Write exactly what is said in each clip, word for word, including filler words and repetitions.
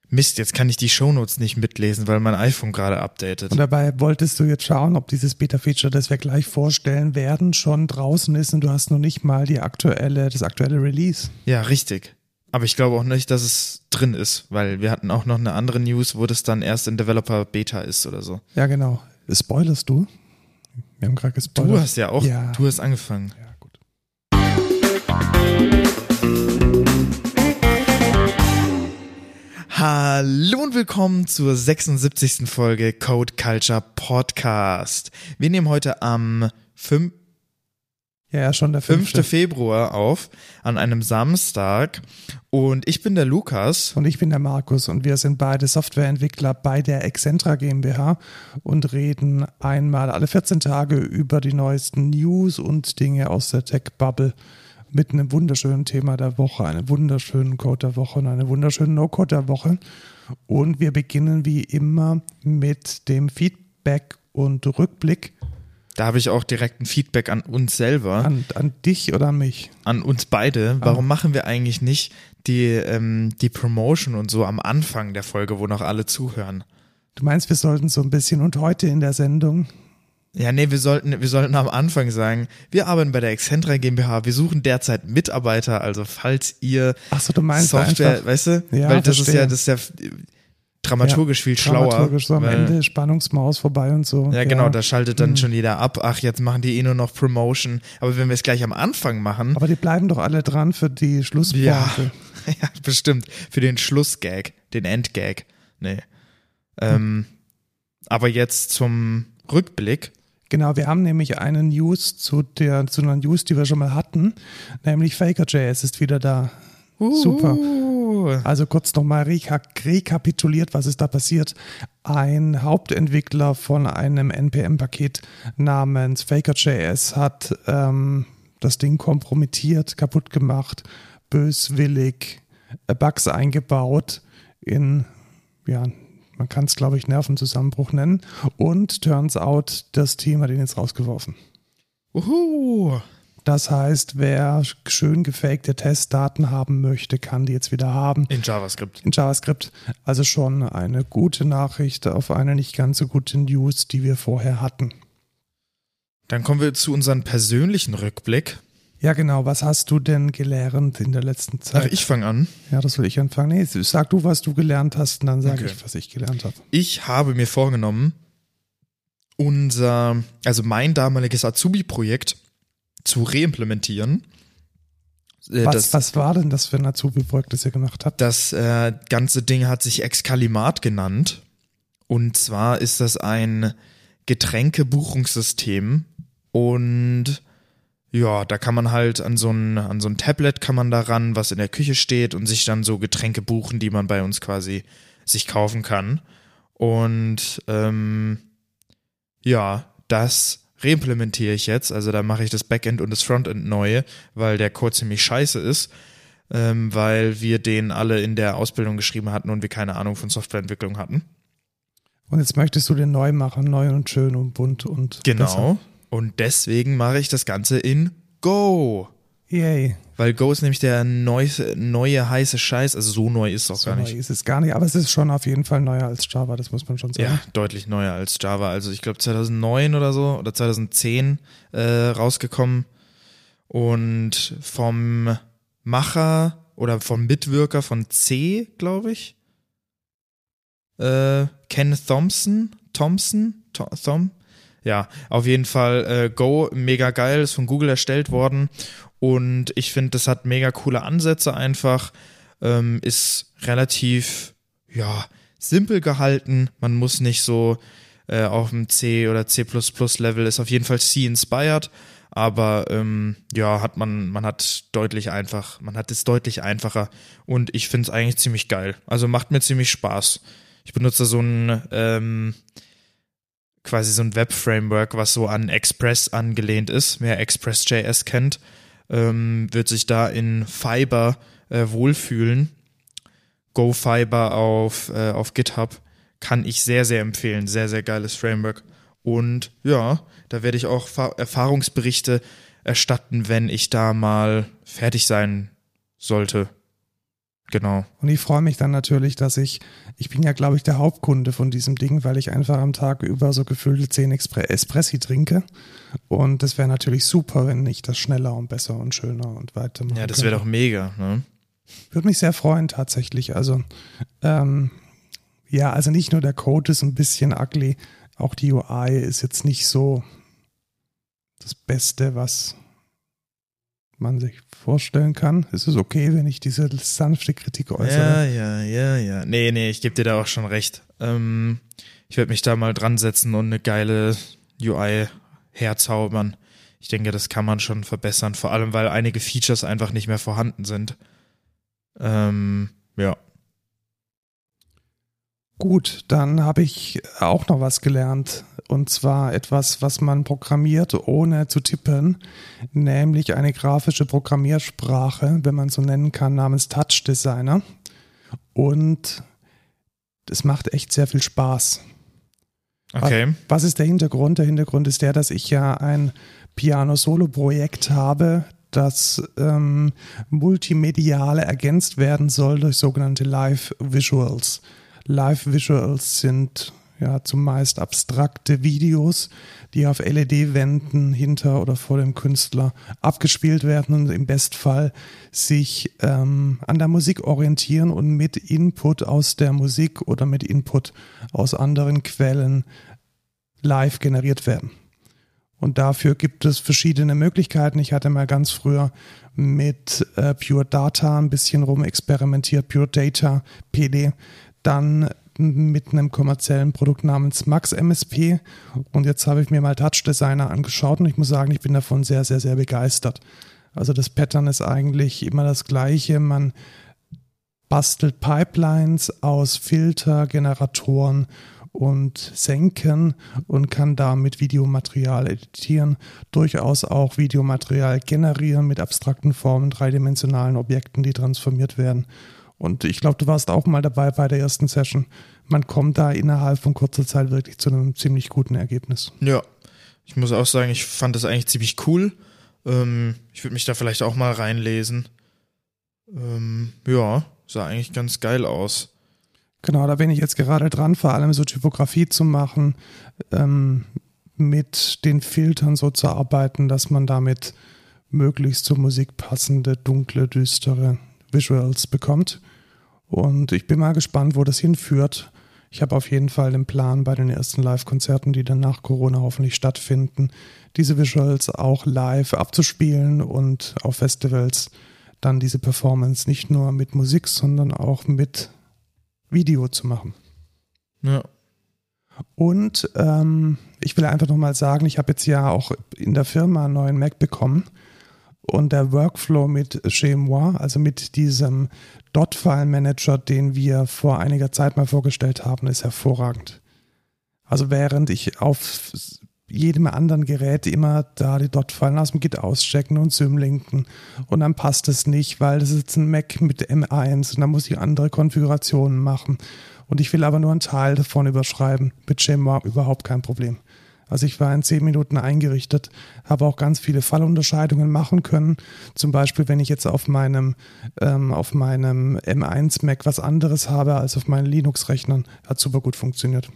Mist, jetzt kann ich die Shownotes nicht mitlesen, weil mein iPhone gerade updatet. Und dabei wolltest du jetzt schauen, ob dieses Beta-Feature, das wir gleich vorstellen werden, schon draußen ist und du hast noch nicht mal die aktuelle, das aktuelle Release. Ja, richtig. Aber ich glaube auch nicht, dass es drin ist, weil wir hatten auch noch eine andere News, wo das dann erst in Developer Beta ist oder so. Ja, genau. Spoilerst du? Wir haben gerade gespoilert. Du hast ja auch, ja. du hast angefangen. Ja, gut. Hallo und willkommen zur sechsundsiebzigsten Folge Code Culture Podcast. Wir nehmen heute am fünften Ja, ja, schon der fünfte Februar auf, an einem Samstag. Und ich bin der Lukas. Und ich bin der Markus und wir sind beide Softwareentwickler bei der Excentra GmbH und reden einmal alle vierzehn Tage über die neuesten News und Dinge aus der Tech-Bubble mit einem wunderschönen Thema der Woche, einem wunderschönen Code der Woche und einem wunderschönen No-Code der Woche. Und wir beginnen wie immer mit dem Feedback und Rückblick. Da habe ich auch direkt ein Feedback an uns selber. An, an dich oder an mich? An uns beide. Warum ah. machen wir eigentlich nicht die, ähm, die Promotion und so am Anfang der Folge, wo noch alle zuhören? Du meinst, wir sollten so ein bisschen und heute in der Sendung? Ja, nee, wir sollten, wir sollten am Anfang sagen, wir arbeiten bei der Excentra GmbH, wir suchen derzeit Mitarbeiter, also falls ihr Ach so, du meinst Software, einfach, weißt du? Ja, weil das verstehe. ist ja, das ist ja dramaturgisch ja, viel schlauer. Dramaturgisch so am weil, Ende, Spannungsmaus vorbei und so. Ja, ja. genau, da schaltet dann hm. schon jeder ab, ach, jetzt machen die eh nur noch Promotion. Aber wenn wir es gleich am Anfang machen. Aber die bleiben doch alle dran für die Schlusspointe. Ja, ja, bestimmt. Für den Schlussgag, den Endgag. Nee. Ähm, hm. Aber jetzt zum Rückblick. Genau, wir haben nämlich eine News zu der zu einer News, die wir schon mal hatten, nämlich Faker.js ist wieder da. Uh. Super. Also kurz nochmal rekapituliert, was ist da passiert. Ein Hauptentwickler von einem N P M-Paket namens Faker.js hat ähm, das Ding kompromittiert, kaputt gemacht, böswillig Bugs eingebaut in, ja, man kann es, glaube ich, Nervenzusammenbruch nennen. Und turns out, das Team hat ihn jetzt rausgeworfen. Uhu. Das heißt, wer schön gefakte Testdaten haben möchte, kann die jetzt wieder haben. In JavaScript. In JavaScript. Also schon eine gute Nachricht auf eine nicht ganz so gute News, die wir vorher hatten. Dann kommen wir zu unserem persönlichen Rückblick. Ja, genau. Was hast du denn gelernt in der letzten Zeit? Ach, ich fange an. Ja, das will ich anfangen. Nee, sag du, was du gelernt hast und dann sage Okay. ich, was ich gelernt habe. Ich habe mir vorgenommen, unser, also mein damaliges Azubi-Projekt zu reimplementieren. Äh, Was, das, was war denn das für ein Azubi-Projekt, das ihr gemacht habt? Das äh, ganze Ding hat sich Excalimat genannt. Und zwar ist das ein Getränkebuchungssystem. Und ja, da kann man halt an so ein, an so ein Tablet kann man da ran, was in der Küche steht und sich dann so Getränke buchen, die man bei uns quasi sich kaufen kann. Und ähm, ja, das reimplementiere ich jetzt. Also da mache ich das Backend und das Frontend neu, weil der Code ziemlich scheiße ist, ähm, weil wir den alle in der Ausbildung geschrieben hatten und wir keine Ahnung von Softwareentwicklung hatten. Und jetzt möchtest du den neu machen, neu und schön und bunt und Genau. besser. Und deswegen mache ich das Ganze in Go. Yay. Weil Go ist nämlich der neue, neue heiße Scheiß. Also so neu ist es auch So gar neu nicht. ist es gar nicht, aber es ist schon auf jeden Fall neuer als Java, das muss man schon sagen. Ja, deutlich neuer als Java. Also ich glaube zweitausendneun oder so oder zweitausendzehn äh, rausgekommen. Und vom Macher oder vom Mitwirker von C, glaube ich, äh, Ken Thompson, Thompson, Tom, Thom? Ja, auf jeden Fall äh, Go, mega geil, ist von Google erstellt worden und ich finde, das hat mega coole Ansätze einfach, ähm, ist relativ, ja, simpel gehalten, man muss nicht so äh, auf dem C oder C plus plus Level, ist auf jeden Fall C-inspired, aber ähm, ja, hat man, man hat deutlich einfach, man hat es deutlich einfacher und ich finde es eigentlich ziemlich geil, also macht mir ziemlich Spaß. Ich benutze so ein, ähm, quasi so ein Web-Framework, was so an Express angelehnt ist. Wer Express.js kennt, ähm, wird sich da in Fiber äh, wohlfühlen. GoFiber auf, äh, auf GitHub kann ich sehr, sehr empfehlen. Sehr, sehr geiles Framework. Und ja, da werde ich auch Fa- Erfahrungsberichte erstatten, wenn ich da mal fertig sein sollte. Genau. Und ich freue mich dann natürlich, dass ich, ich bin ja, glaube ich, der Hauptkunde von diesem Ding, weil ich einfach am Tag über so gefüllte zehn Expre- Espressi trinke. Und das wäre natürlich super, wenn ich das schneller und besser und schöner und weiter machen Ja, das wäre doch mega, ne? Würde mich sehr freuen, tatsächlich. Also, ähm, ja, also nicht nur der Code ist ein bisschen ugly, auch die U I ist jetzt nicht so das Beste, was man sich vorstellen kann. Es ist okay, wenn ich diese sanfte Kritik äußere. Ja, ja, ja, ja. Nee, nee, ich gebe dir da auch schon recht. Ähm, ich werde mich da mal dran setzen und eine geile U I herzaubern. Ich denke, das kann man schon verbessern, vor allem, weil einige Features einfach nicht mehr vorhanden sind. Ähm, ja. Gut, dann habe ich auch noch was gelernt. Und zwar etwas, was man programmiert, ohne zu tippen, nämlich eine grafische Programmiersprache, wenn man so nennen kann, namens Touch Designer. Und das macht echt sehr viel Spaß. Okay. Was ist der Hintergrund? Der Hintergrund ist der, dass ich ja ein Piano-Solo-Projekt habe, das ähm, multimedial ergänzt werden soll durch sogenannte Live-Visuals. Live-Visuals sind ja zumeist abstrakte Videos, die auf L E D-Wänden hinter oder vor dem Künstler abgespielt werden und im Bestfall sich ähm, an der Musik orientieren und mit Input aus der Musik oder mit Input aus anderen Quellen live generiert werden. Und dafür gibt es verschiedene Möglichkeiten. Ich hatte mal ganz früher mit äh, Pure Data ein bisschen rumexperimentiert, Pure Data, P D, dann mit einem kommerziellen Produkt namens Max M S P und jetzt habe ich mir mal Touch Designer angeschaut und ich muss sagen, ich bin davon sehr, sehr, sehr begeistert. Also das Pattern ist eigentlich immer das gleiche. Man bastelt Pipelines aus Filter, Generatoren und Senken und kann damit Videomaterial editieren, durchaus auch Videomaterial generieren mit abstrakten Formen, dreidimensionalen Objekten, die transformiert werden. Und ich glaube, du warst auch mal dabei bei der ersten Session. Man kommt da innerhalb von kurzer Zeit wirklich zu einem ziemlich guten Ergebnis. Ja, ich muss auch sagen, ich fand das eigentlich ziemlich cool. Ähm, ich würde mich da vielleicht auch mal reinlesen. Ähm, ja, sah eigentlich ganz geil aus. Genau, da bin ich jetzt gerade dran, vor allem so Typografie zu machen, ähm, mit den Filtern so zu arbeiten, dass man damit möglichst zur Musik passende, dunkle, düstere Visuals bekommt. Und ich bin mal gespannt, wo das hinführt. Ich habe auf jeden Fall den Plan, bei den ersten Live-Konzerten, die dann nach Corona hoffentlich stattfinden, diese Visuals auch live abzuspielen und auf Festivals dann diese Performance nicht nur mit Musik, sondern auch mit Video zu machen. Ja. Und ähm, ich will einfach nochmal sagen, ich habe jetzt ja auch in der Firma einen neuen Mac bekommen. Und der Workflow mit Chez Moi, also mit diesem Dot-File-Manager, den wir vor einiger Zeit mal vorgestellt haben, ist hervorragend. Also während ich auf jedem anderen Gerät immer da die Dot-File aus dem Git auschecken und symlinken und dann passt es nicht, weil das ist jetzt ein Mac mit M eins und dann muss ich andere Konfigurationen machen. Und ich will aber nur einen Teil davon überschreiben. Mit Chez Moi überhaupt kein Problem. Also ich war in zehn Minuten eingerichtet, habe auch ganz viele Fallunterscheidungen machen können. Zum Beispiel, wenn ich jetzt auf meinem, ähm, auf meinem M eins Mac was anderes habe als auf meinen Linux-Rechnern, hat super gut funktioniert.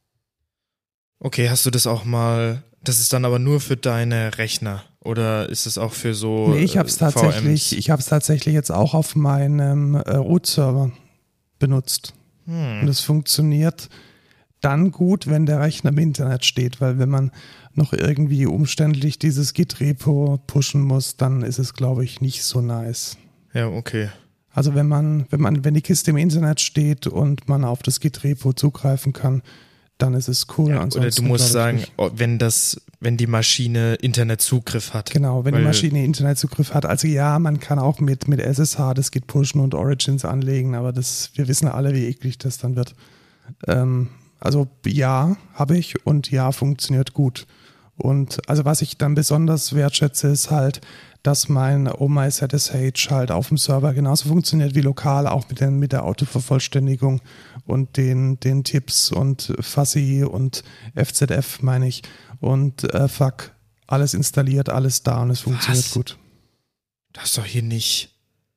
Okay, hast du das auch mal, das ist dann aber nur für deine Rechner oder ist es auch für so Nee, ich habe es tatsächlich, ich habe es tatsächlich jetzt auch auf meinem äh, Root-Server benutzt. Hm. Und es funktioniert dann gut, wenn der Rechner im Internet steht, weil wenn man noch irgendwie umständlich dieses Git-Repo pushen muss, dann ist es, glaube ich, nicht so nice. Ja, okay. Also wenn man, wenn man, wenn die Kiste im Internet steht und man auf das Git-Repo zugreifen kann, dann ist es cool. Ja, oder du musst sagen, wenn das, wenn die Maschine Internetzugriff hat. Genau, wenn die Maschine Internetzugriff hat. Also ja, man kann auch mit, mit S S H das Git pushen und Origins anlegen, aber das, wir wissen alle, wie eklig das dann wird. Ähm, Also ja, habe ich und ja, funktioniert gut. Und also was ich dann besonders wertschätze, ist halt, dass mein Oh My Z S H halt auf dem Server genauso funktioniert wie lokal, auch mit, den, mit der Autovervollständigung und den, den Tipps und Fuzzy und F Z F meine ich und äh, fuck, alles installiert, alles da und es funktioniert Was? gut. Das ist doch hier nicht...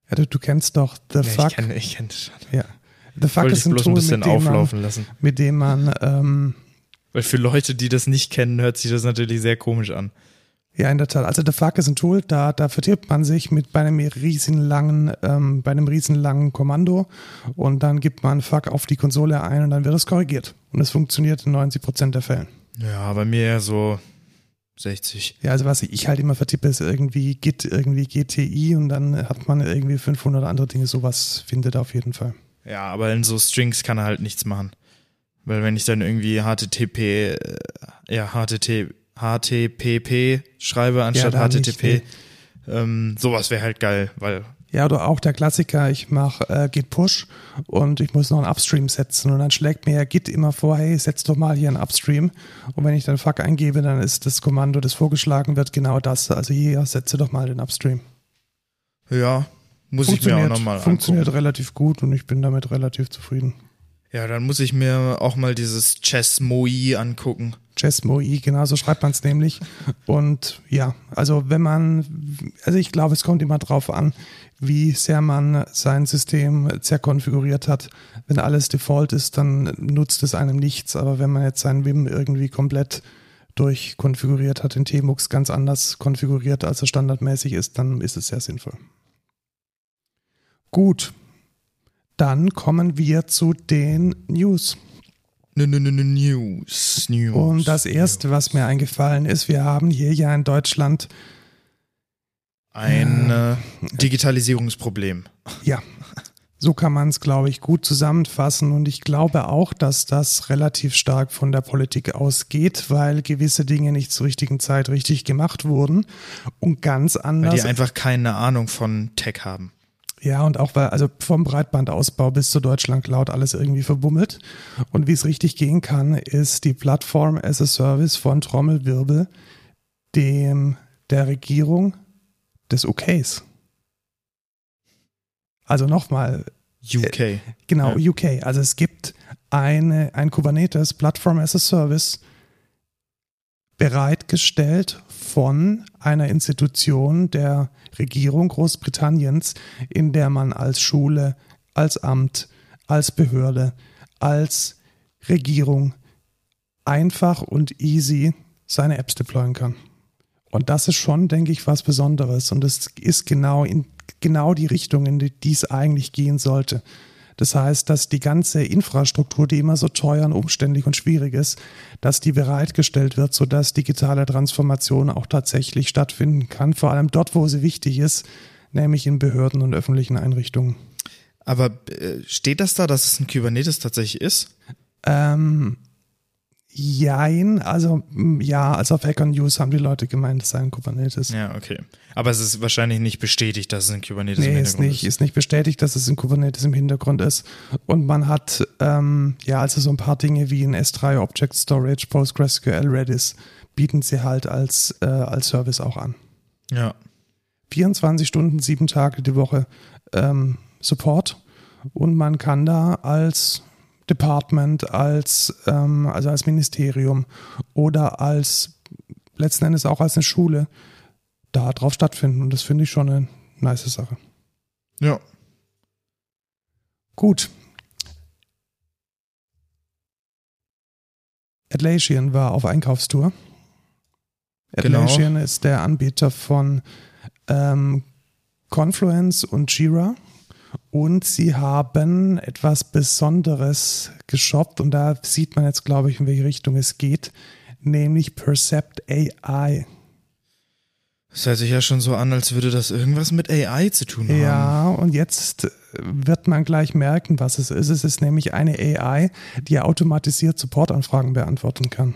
Ja, du, du kennst doch The ja, Fuck. Ich kenne ich kenn das schon. Ja. The Fuck Wollte ist ein ich bloß Tool, ein bisschen mit dem auflaufen man, lassen. mit dem man ähm, Weil für Leute, die das nicht kennen, hört sich das natürlich sehr komisch an. ja, in der Tat. Also The Fuck ist ein Tool, da, da vertirbt man sich mit bei einem riesenlangen, ähm, bei einem riesenlangen Kommando und dann gibt man Fuck auf die Konsole ein und dann wird es korrigiert. Und es funktioniert in neunzig Prozent der Fällen. Ja, bei mir eher so sechzig. Ja, also was ich halt immer vertippe, ist irgendwie Git, irgendwie G T I und dann hat man irgendwie fünfhundert andere Dinge. Sowas findet auf jeden Fall. Ja, aber in so Strings kann er halt nichts machen. Weil wenn ich dann irgendwie H T T P, äh, ja, H T T P, H T P P schreibe anstatt Ja, H T T P, nicht, nee. ähm, sowas wäre halt geil, weil Ja, oder auch der Klassiker, ich mache äh, Git Push und ich muss noch einen Upstream setzen und dann schlägt mir ja Git immer vor, hey, setz doch mal hier einen Upstream und wenn ich dann Fuck eingebe, dann ist das Kommando, das vorgeschlagen wird, genau das. Also hier, setze doch mal den Upstream. ja, muss ich mir auch nochmal angucken. Funktioniert relativ gut und ich bin damit relativ zufrieden. Ja, dann muss ich mir auch mal dieses Chess-Moi angucken. Chess-Moi, genau so schreibt man es nämlich. Und ja, also wenn man, also ich glaube, es kommt immer drauf an, wie sehr man sein System zerkonfiguriert hat. Wenn alles Default ist, dann nutzt es einem nichts. Aber wenn man jetzt sein Vim irgendwie komplett durchkonfiguriert hat, den Tmux ganz anders konfiguriert, als er standardmäßig ist, dann ist es sehr sinnvoll. Gut. Dann kommen wir zu den News. News, News. Und das Erste, was mir eingefallen ist, wir haben hier ja in Deutschland ein äh, Digitalisierungsproblem. Ja, so kann man es, glaube ich, gut zusammenfassen. Und ich glaube auch, dass das relativ stark von der Politik ausgeht, weil gewisse Dinge nicht zur richtigen Zeit richtig gemacht wurden. Und ganz anders. Weil die einfach keine Ahnung von Tech haben. Ja, und auch weil, also vom Breitbandausbau bis zur Deutschland-Cloud alles irgendwie verbummelt. Und wie es richtig gehen kann, ist die Plattform as a Service von Trommelwirbel dem der Regierung des Okays. Also nochmal. U K. Äh, genau, ja. U K. Also es gibt eine, ein Kubernetes Plattform as a Service bereitgestellt von einer Institution der Regierung Großbritanniens, in der man als Schule, als Amt, als Behörde, als Regierung einfach und easy seine Apps deployen kann. Und das ist schon, denke ich, was Besonderes. Und es ist genau in genau die Richtung, in die es eigentlich gehen sollte. Das heißt, dass die ganze Infrastruktur, die immer so teuer und umständlich und schwierig ist, dass die bereitgestellt wird, sodass digitale Transformation auch tatsächlich stattfinden kann, vor allem dort, wo sie wichtig ist, nämlich in Behörden und öffentlichen Einrichtungen. Aber äh, steht das da, dass es ein Kubernetes tatsächlich ist? Ähm, jein, also ja, also auf Hacker News haben die Leute gemeint, es sei ein Kubernetes. Ja, okay. Aber es ist wahrscheinlich nicht bestätigt, dass es ein Kubernetes nee, im ist Hintergrund nicht, ist. ist nicht bestätigt, dass es ein Kubernetes im Hintergrund ist. Und man hat ähm, ja also so ein paar Dinge wie ein S drei Object Storage, PostgreSQL, Redis bieten sie halt als, äh, als Service auch an. Ja. vierundzwanzig Stunden, sieben Tage die Woche ähm, Support und man kann da als Department, als, ähm, also als Ministerium oder als letzten Endes auch als eine Schule da drauf stattfinden und das finde ich schon eine nice Sache. Ja. Gut. Atlassian war auf Einkaufstour. Genau. Atlassian ist der Anbieter von ähm, Confluence und Jira und sie haben etwas Besonderes geshoppt und da sieht man jetzt, glaube ich, in welche Richtung es geht, nämlich Percept A I. Das hört sich ja schon so an, als würde das irgendwas mit A I zu tun haben. Ja, und jetzt wird man gleich merken, was es ist. Es ist nämlich eine A I, die automatisiert Supportanfragen beantworten kann.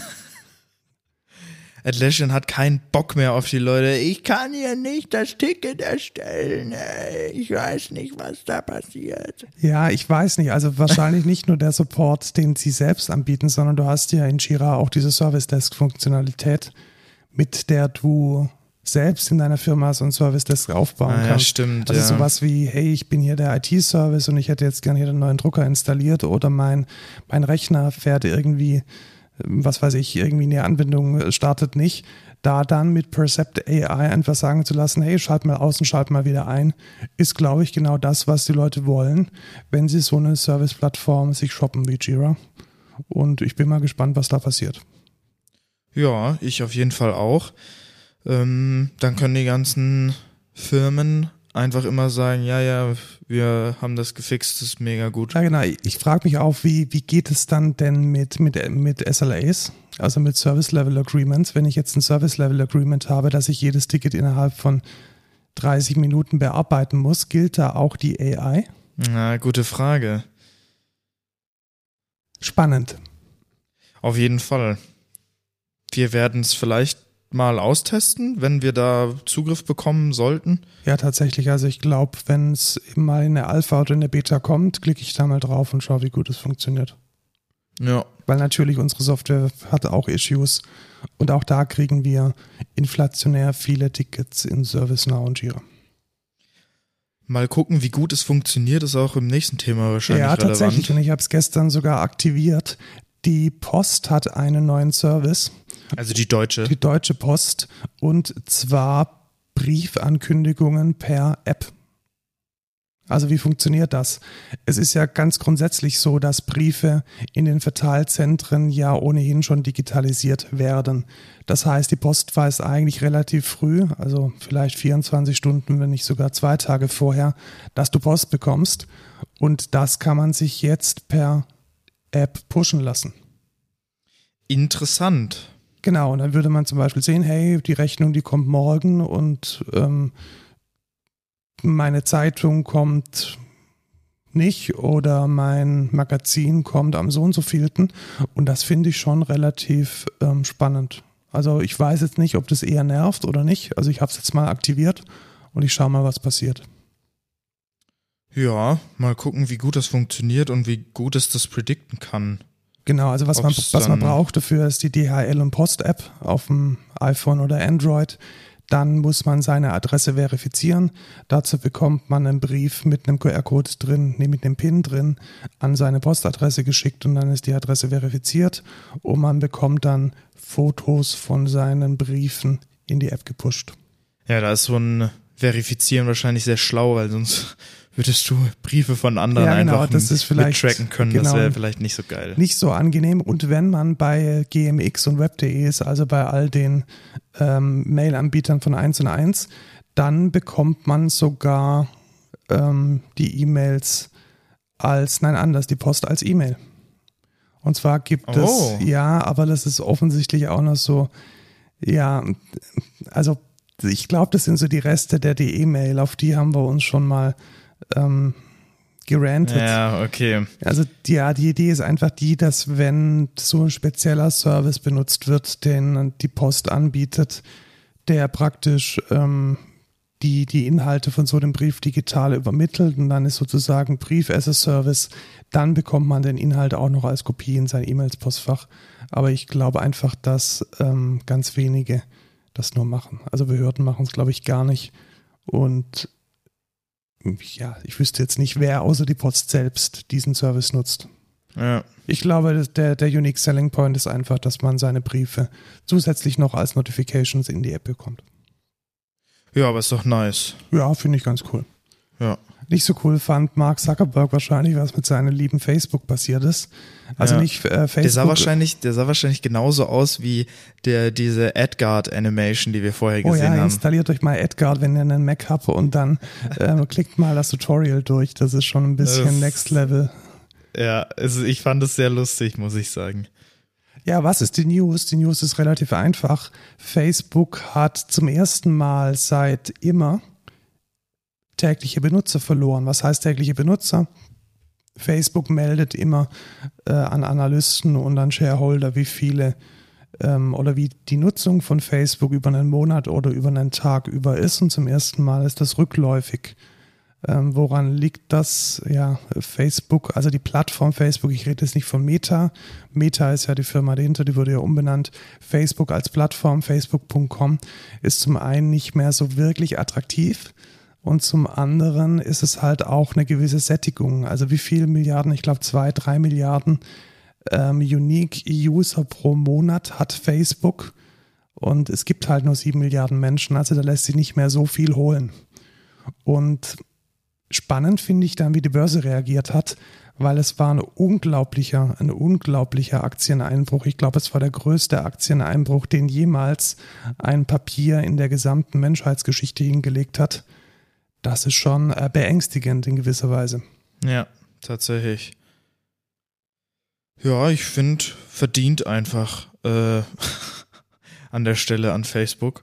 Atlassian hat keinen Bock mehr auf die Leute. Ich kann hier nicht das Ticket erstellen. Ich weiß nicht, was da passiert. Ja, ich weiß nicht. Also wahrscheinlich nicht nur der Support, den sie selbst anbieten, sondern du hast ja in Jira auch diese Service Desk Funktionalität, mit der du selbst in deiner Firma so einen Service Desk aufbauen ah, ja, kannst. Stimmt, also ja. sowas wie, hey, ich bin hier der I T-Service und ich hätte jetzt gerne hier den neuen Drucker installiert oder mein, mein Rechner fährt irgendwie, was weiß ich, irgendwie eine Anbindung startet nicht, da dann mit Percept A I einfach sagen zu lassen, hey, schalt mal aus und schalt mal wieder ein, ist, glaube ich, genau das, was die Leute wollen, wenn sie so eine Service-Plattform sich shoppen wie Jira. Und ich bin mal gespannt, was da passiert. Ja, ich auf jeden Fall auch. Ähm, dann können die ganzen Firmen einfach immer sagen, ja, ja, wir haben das gefixt, das ist mega gut. Ja, genau. Ich frage mich auch, wie, wie geht es dann denn mit, mit, mit S L As, also mit Service Level Agreements, wenn ich jetzt ein Service Level Agreement habe, dass ich jedes Ticket innerhalb von dreißig Minuten bearbeiten muss, gilt da auch die A I? Na, gute Frage. Spannend. Auf jeden Fall. Wir werden es vielleicht mal austesten, wenn wir da Zugriff bekommen sollten. Ja, tatsächlich. Also ich glaube, wenn es mal in der Alpha oder in der Beta kommt, klicke ich da mal drauf und schaue, wie gut es funktioniert. Ja. Weil natürlich unsere Software hat auch Issues und auch da kriegen wir inflationär viele Tickets in ServiceNow und Jira. Mal gucken, wie gut es funktioniert, ist auch im nächsten Thema wahrscheinlich relevant. Ja, tatsächlich. Und ich habe es gestern sogar aktiviert. Die Post hat einen neuen Service. Also die Deutsche. Die Deutsche Post. Und zwar Briefankündigungen per App. Also wie funktioniert das? Es ist ja ganz grundsätzlich so, dass Briefe in den Verteilzentren ja ohnehin schon digitalisiert werden. Das heißt, die Post weiß eigentlich relativ früh, also vielleicht vierundzwanzig Stunden, wenn nicht sogar zwei Tage vorher, dass du Post bekommst. Und das kann man sich jetzt per App pushen lassen. Interessant. Genau, und dann würde man zum Beispiel sehen, hey, die Rechnung, die kommt morgen und ähm, meine Zeitung kommt nicht oder mein Magazin kommt am so und so vielten. Und das finde ich schon relativ ähm, spannend. Also ich weiß jetzt nicht, ob das eher nervt oder nicht. Also ich habe es jetzt mal aktiviert und ich schaue mal, was passiert. Ja, mal gucken, wie gut das funktioniert und wie gut es das predikten kann. Genau, also was man, was man braucht dafür ist die D H L und Post-App auf dem iPhone oder Android. Dann muss man seine Adresse verifizieren. Dazu bekommt man einen Brief mit einem Q R-Code drin, nee, mit einem PIN drin, an seine Postadresse geschickt und dann ist die Adresse verifiziert und man bekommt dann Fotos von seinen Briefen in die App gepusht. Ja, da ist so ein Verifizieren wahrscheinlich sehr schlau, weil sonst würdest du Briefe von anderen ja, genau, einfach das ist vielleicht, mittracken können. Genau, das wäre vielleicht nicht so geil. Nicht so angenehm. Und wenn man bei G M X und web punkt de ist, also bei all den ähm, Mail-Anbietern von eins und eins, dann bekommt man sogar ähm, die E-Mails als, nein, anders, die Post als E-Mail. Und zwar gibt oh. es, ja, aber das ist offensichtlich auch noch so, ja, also ich glaube, das sind so die Reste der D E-Mail, auf die haben wir uns schon mal ähm, gerantet. Ja, okay. Also die, ja, die Idee ist einfach die, dass wenn so ein spezieller Service benutzt wird, den die Post anbietet, der praktisch ähm, die, die Inhalte von so einem Brief digital übermittelt und dann ist sozusagen Brief as a Service, dann bekommt man den Inhalt auch noch als Kopie in sein E-Mails-Postfach. Aber ich glaube einfach, dass ähm, ganz wenige das nur machen. Also Behörden machen es, glaube ich, gar nicht. Und ja, ich wüsste jetzt nicht, wer außer die Post selbst diesen Service nutzt. Ja. Ich glaube, der, der Unique Selling Point ist einfach, dass man seine Briefe zusätzlich noch als Notifications in die App bekommt. Ja, aber ist doch nice. Ja, finde ich ganz cool. Ja. Nicht so cool fand Mark Zuckerberg wahrscheinlich, was mit seinem lieben Facebook passiert ist. Also ja. nicht äh, Facebook. Der sah wahrscheinlich, der sah wahrscheinlich genauso aus wie der diese AdGuard Animation, die wir vorher gesehen haben. Oh ja, haben. Installiert euch mal AdGuard, wenn ihr einen Mac habt und dann äh, klickt mal das Tutorial durch. Das ist schon ein bisschen das, Next Level. Ja, also ich fand es sehr lustig, muss ich sagen. Ja, was ist die News? Die News ist relativ einfach. Facebook hat zum ersten Mal seit immer tägliche Benutzer verloren. Was heißt tägliche Benutzer? Facebook meldet immer äh, an Analysten und an Shareholder, wie viele ähm, oder wie die Nutzung von Facebook über einen Monat oder über einen Tag über ist. Und zum ersten Mal ist das rückläufig. Ähm, woran liegt das? Ja, Facebook, also die Plattform Facebook, ich rede jetzt nicht von Meta. Meta ist ja die Firma dahinter, die wurde ja umbenannt. Facebook als Plattform, facebook punkt com, ist zum einen nicht mehr so wirklich attraktiv. Und zum anderen ist es halt auch eine gewisse Sättigung. Also wie viele Milliarden, ich glaube zwei, drei Milliarden ähm, Unique User pro Monat hat Facebook. Und es gibt halt nur sieben Milliarden Menschen, also da lässt sich nicht mehr so viel holen. Und spannend finde ich dann, wie die Börse reagiert hat, weil es war ein unglaublicher, ein unglaublicher Aktieneinbruch. Ich glaube, es war der größte Aktieneinbruch, den jemals ein Papier in der gesamten Menschheitsgeschichte hingelegt hat. Das ist schon äh, beängstigend in gewisser Weise. Ja, tatsächlich. Ja, ich finde, verdient einfach äh, an der Stelle an Facebook.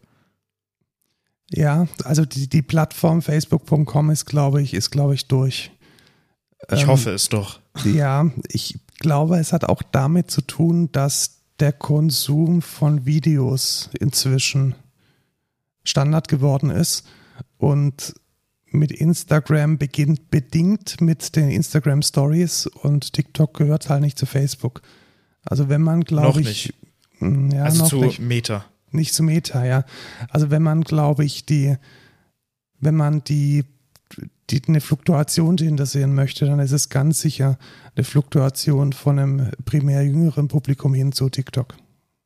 Ja, also die, die Plattform facebook punkt com ist, glaube ich, ist, glaube ich, durch. Ich ähm, hoffe es doch. Ja, ich glaube, es hat auch damit zu tun, dass der Konsum von Videos inzwischen Standard geworden ist und mit Instagram beginnt bedingt mit den Instagram Stories und TikTok gehört halt nicht zu Facebook. Also wenn man, glaube ich, nicht. Ja, also noch zu nicht. Meta. Nicht zu Meta, ja. Also wenn man, glaube ich, die, wenn man die, die eine Fluktuation dahinter sehen möchte, dann ist es ganz sicher eine Fluktuation von einem primär jüngeren Publikum hin zu TikTok.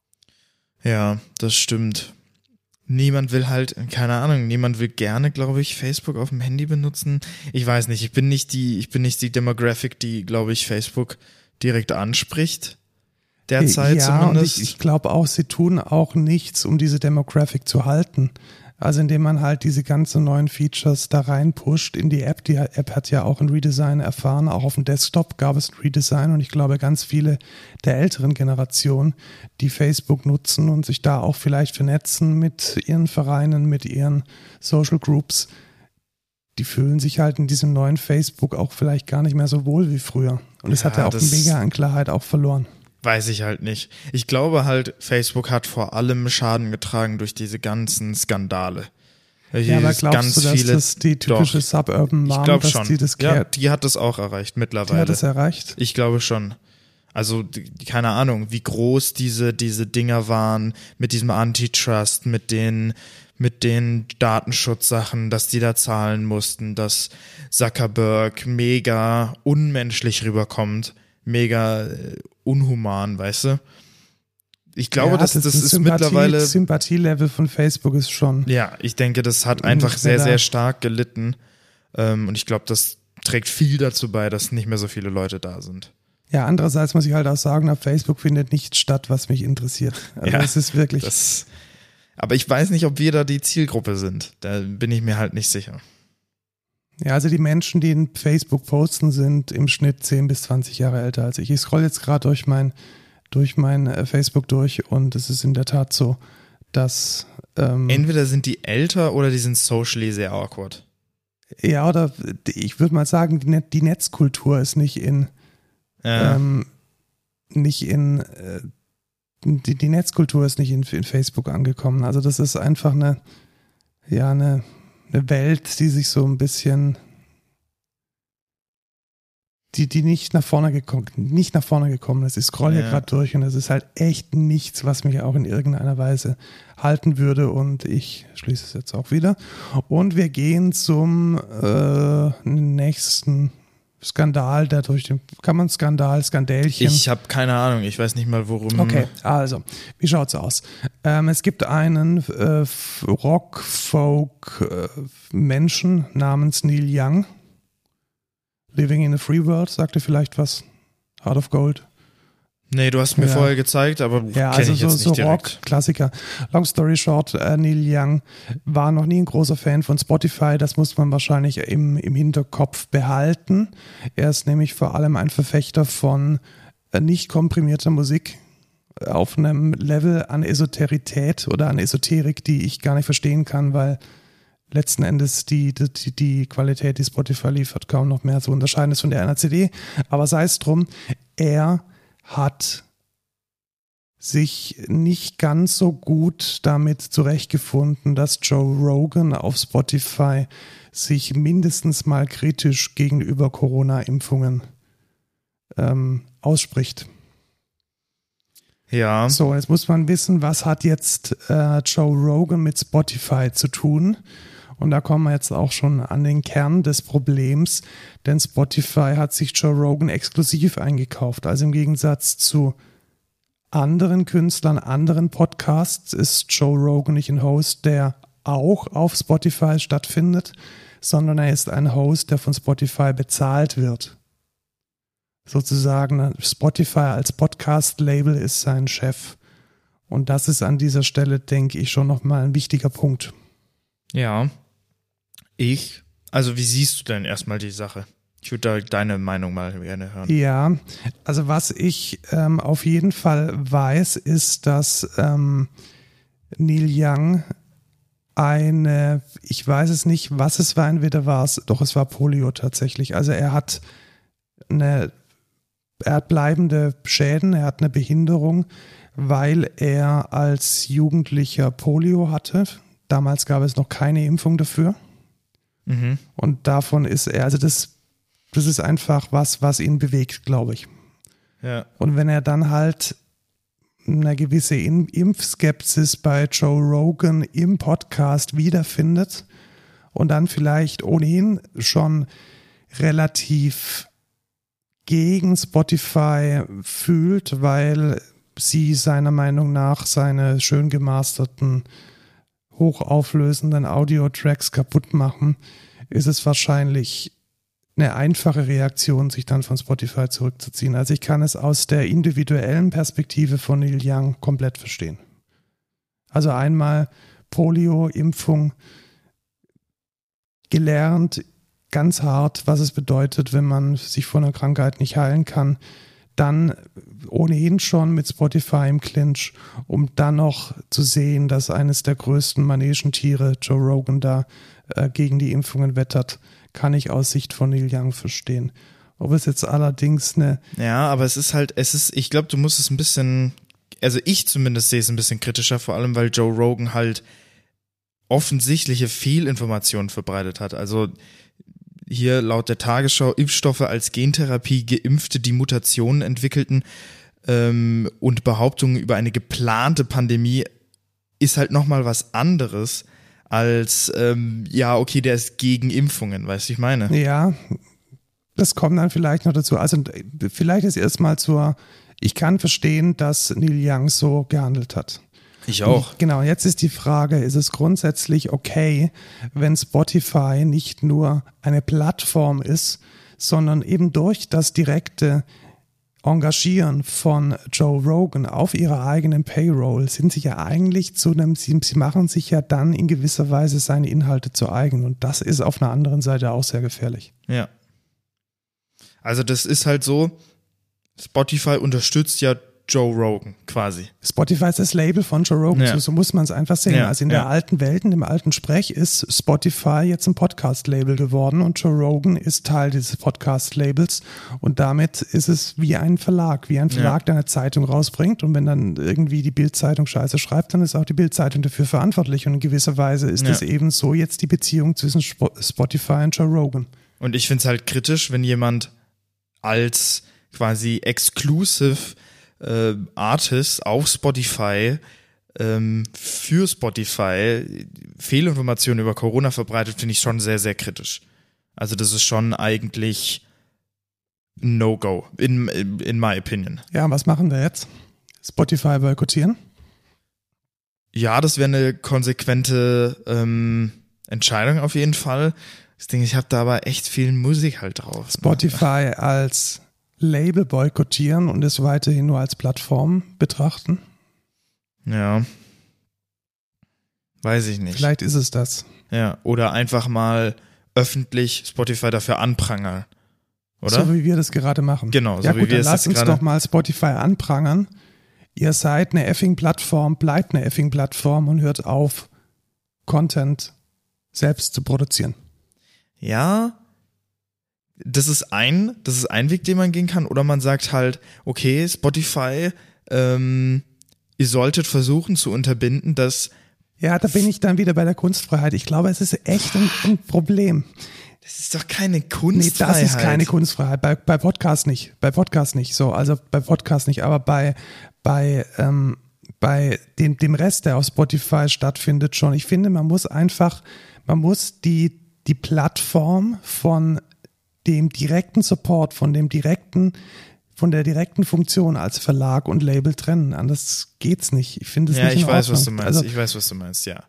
Ja, das stimmt. Niemand will halt, keine Ahnung, niemand will gerne, glaube ich, Facebook auf dem Handy benutzen. Ich weiß nicht, ich bin nicht die, ich bin nicht die Demographic, die, glaube ich, Facebook direkt anspricht. Derzeit ja, zumindest. Und ich, ich glaube auch, sie tun auch nichts, um diese Demographic zu halten. Also indem man halt diese ganzen neuen Features da reinpusht in die App. Die App hat ja auch ein Redesign erfahren. Auch auf dem Desktop gab es ein Redesign. Und ich glaube, ganz viele der älteren Generationen, die Facebook nutzen und sich da auch vielleicht vernetzen mit ihren Vereinen, mit ihren Social Groups, die fühlen sich halt in diesem neuen Facebook auch vielleicht gar nicht mehr so wohl wie früher. Und es ja, hat ja auch mega an Klarheit auch verloren. Weiß ich halt nicht. Ich glaube halt, Facebook hat vor allem Schaden getragen durch diese ganzen Skandale. Ja, aber glaubst ganz du, dass viele, das die typische Suburban Mom, ich glaube dass schon. die das ja, die hat das auch erreicht mittlerweile. Die hat das erreicht? Ich glaube schon. Also, keine Ahnung, wie groß diese, diese Dinger waren mit diesem Antitrust, mit den, mit den Datenschutzsachen, dass die da zahlen mussten, dass Zuckerberg mega unmenschlich rüberkommt. Mega unhuman, weißt du? Ich glaube, ja, dass das, das ist Sympathie, mittlerweile... Das Sympathielevel von Facebook ist schon... Ja, ich denke, das hat einfach sehr, sehr stark gelitten. Und ich glaube, das trägt viel dazu bei, dass nicht mehr so viele Leute da sind. Ja, andererseits muss ich halt auch sagen, auf Facebook findet nichts statt, was mich interessiert. Also ja, es ist wirklich... Das, aber ich weiß nicht, ob wir da die Zielgruppe sind. Da bin ich mir halt nicht sicher. Ja, also die Menschen, die in Facebook posten, sind im Schnitt zehn bis zwanzig Jahre älter als ich. Ich scroll jetzt gerade durch mein, durch mein Facebook durch und es ist in der Tat so, dass... Ähm, Entweder sind die älter oder die sind socially sehr awkward. Ja, oder ich würde mal sagen, die, Net- die Netzkultur ist nicht in... Ja. Ähm, nicht in... Äh, die, die Netzkultur ist nicht in, in Facebook angekommen. Also das ist einfach eine... Ja, eine... eine Welt, die sich so ein bisschen, die, die nicht nach vorne gekommen, nicht nach vorne gekommen ist. Ich scroll hier ja. gerade durch und es ist halt echt nichts, was mich auch in irgendeiner Weise halten würde und ich schließe es jetzt auch wieder. Und wir gehen zum äh, nächsten Skandal, der durch den, kann man Skandal, Skandälchen? Ich habe keine Ahnung, ich weiß nicht mal worum. Okay, also, wie schaut's aus? Ähm, es gibt einen äh, Rock-Folk-Menschen äh, namens Neil Young. Living in a Free World, sagt ihr vielleicht was? Heart of Gold? Nee, du hast mir ja. vorher gezeigt, aber ja, kenn also ich so, jetzt so nicht direkt. Rock-Klassiker. Long story short, äh, Neil Young war noch nie ein großer Fan von Spotify, das muss man wahrscheinlich im, im Hinterkopf behalten. Er ist nämlich vor allem ein Verfechter von äh, nicht komprimierter Musik auf einem Level an Esoterität oder an Esoterik, die ich gar nicht verstehen kann, weil letzten Endes die, die, die Qualität, die Spotify liefert, kaum noch mehr zu unterscheiden ist von der einer C D. Aber sei es drum, er hat sich nicht ganz so gut damit zurechtgefunden, dass Joe Rogan auf Spotify sich mindestens mal kritisch gegenüber Corona-Impfungen ähm, ausspricht. Ja. So, jetzt muss man wissen, was hat jetzt äh, Joe Rogan mit Spotify zu tun? Und da kommen wir jetzt auch schon an den Kern des Problems, denn Spotify hat sich Joe Rogan exklusiv eingekauft. Also im Gegensatz zu anderen Künstlern, anderen Podcasts ist Joe Rogan nicht ein Host, der auch auf Spotify stattfindet, sondern er ist ein Host, der von Spotify bezahlt wird. Sozusagen Spotify als Podcast-Label ist sein Chef. Und das ist an dieser Stelle, denke ich, schon nochmal ein wichtiger Punkt. Ja, ich, also wie siehst du denn erstmal die Sache? Ich würde da deine Meinung mal gerne hören. Ja, also was ich ähm, auf jeden Fall weiß, ist, dass ähm, Neil Young eine, ich weiß es nicht, was es war, entweder war es, doch es war Polio tatsächlich. Also er hat eine, er hat bleibende Schäden, er hat eine Behinderung, weil er als Jugendlicher Polio hatte. Damals gab es noch keine Impfung dafür. Mhm. Und davon ist er, also das, das ist einfach was, was ihn bewegt, glaube ich. Ja. Und wenn er dann halt eine gewisse Impfskepsis bei Joe Rogan im Podcast wiederfindet und dann vielleicht ohnehin schon relativ gegen Spotify fühlt, weil sie seiner Meinung nach seine schön gemasterten, hochauflösenden Audio-Tracks kaputt machen, ist es wahrscheinlich eine einfache Reaktion, sich dann von Spotify zurückzuziehen. Also ich kann es aus der individuellen Perspektive von Neil Young komplett verstehen. Also einmal Polio-Impfung gelernt, ganz hart, was es bedeutet, wenn man sich von einer Krankheit nicht heilen kann. Dann ohnehin schon mit Spotify im Clinch, um dann noch zu sehen, dass eines der größten Manegentiere, Joe Rogan, da äh, gegen die Impfungen wettert, kann ich aus Sicht von Neil Young verstehen. Ob es jetzt allerdings eine... Ja, aber es ist halt, es ist, ich glaube, du musst es ein bisschen, also ich zumindest sehe es ein bisschen kritischer, vor allem, weil Joe Rogan halt offensichtliche Fehlinformationen verbreitet hat. Also hier laut der Tagesschau Impfstoffe als Gentherapie Geimpfte, die Mutationen entwickelten ähm, und Behauptungen über eine geplante Pandemie ist halt nochmal was anderes als, ähm, ja, okay, der ist gegen Impfungen, weißt du, ich meine? Ja, das kommt dann vielleicht noch dazu. Also vielleicht ist erstmal zur, ich kann verstehen, dass Neil Young so gehandelt hat. Ich auch. Und genau, jetzt ist die Frage, ist es grundsätzlich okay, wenn Spotify nicht nur eine Plattform ist, sondern eben durch das direkte Engagieren von Joe Rogan auf ihrer eigenen Payroll sind sie ja eigentlich zu einem, sie, sie machen sich ja dann in gewisser Weise seine Inhalte zu eigen und das ist auf einer anderen Seite auch sehr gefährlich. Ja. Also das ist halt so, Spotify unterstützt ja Joe Rogan quasi. Spotify ist das Label von Joe Rogan, ja. so, so muss man es einfach sehen. Ja, also in ja. der alten Welt, in dem alten Sprech ist Spotify jetzt ein Podcast-Label geworden und Joe Rogan ist Teil dieses Podcast-Labels und damit ist es wie ein Verlag, wie ein Verlag, ja. der eine Zeitung rausbringt und wenn dann irgendwie die Bild-Zeitung Scheiße schreibt, dann ist auch die Bild-Zeitung dafür verantwortlich und in gewisser Weise ist es ja. eben so jetzt die Beziehung zwischen Spotify und Joe Rogan. Und ich finde es halt kritisch, wenn jemand als quasi exclusive Äh, Artist auf Spotify ähm, für Spotify Fehlinformationen über Corona verbreitet, finde ich schon sehr, sehr kritisch. Also das ist schon eigentlich No-Go, in, in my opinion. Ja, was machen wir jetzt? Spotify boykottieren? Ja, das wäre eine konsequente ähm, Entscheidung auf jeden Fall. Ich denke, ich habe da aber echt viel Musik halt drauf. Spotify ne? als Label boykottieren und es weiterhin nur als Plattform betrachten? Ja. Weiß ich nicht. Vielleicht ist es das. Ja, oder einfach mal öffentlich Spotify dafür anprangern. Oder? So wie wir das gerade machen. Genau, so ja, wie gut, wir dann es lasst uns gerade doch mal Spotify anprangern. Ihr seid eine effing Plattform, bleibt eine effing Plattform und hört auf, Content selbst zu produzieren. Ja, das ist ein, das ist ein Weg, den man gehen kann. Oder man sagt halt, okay, Spotify, ähm, ihr solltet versuchen zu unterbinden, dass... Ja, da bin ich dann wieder bei der Kunstfreiheit. Ich glaube, es ist echt ein, ein Problem. Das ist doch keine Kunstfreiheit. Nee, das ist keine Kunstfreiheit. Bei, bei Podcast nicht. Bei Podcast nicht. So, also bei Podcast nicht. Aber bei, bei, ähm, bei dem, dem Rest, der auf Spotify stattfindet, schon. Ich finde, man muss einfach, man muss die, die Plattform von dem direkten Support, von dem direkten von der direkten Funktion als Verlag und Label trennen. Anders geht's nicht. Ich finde es ja, nicht in ich weiß, Ordnung. was du meinst. Also, ich weiß, was du meinst, ja.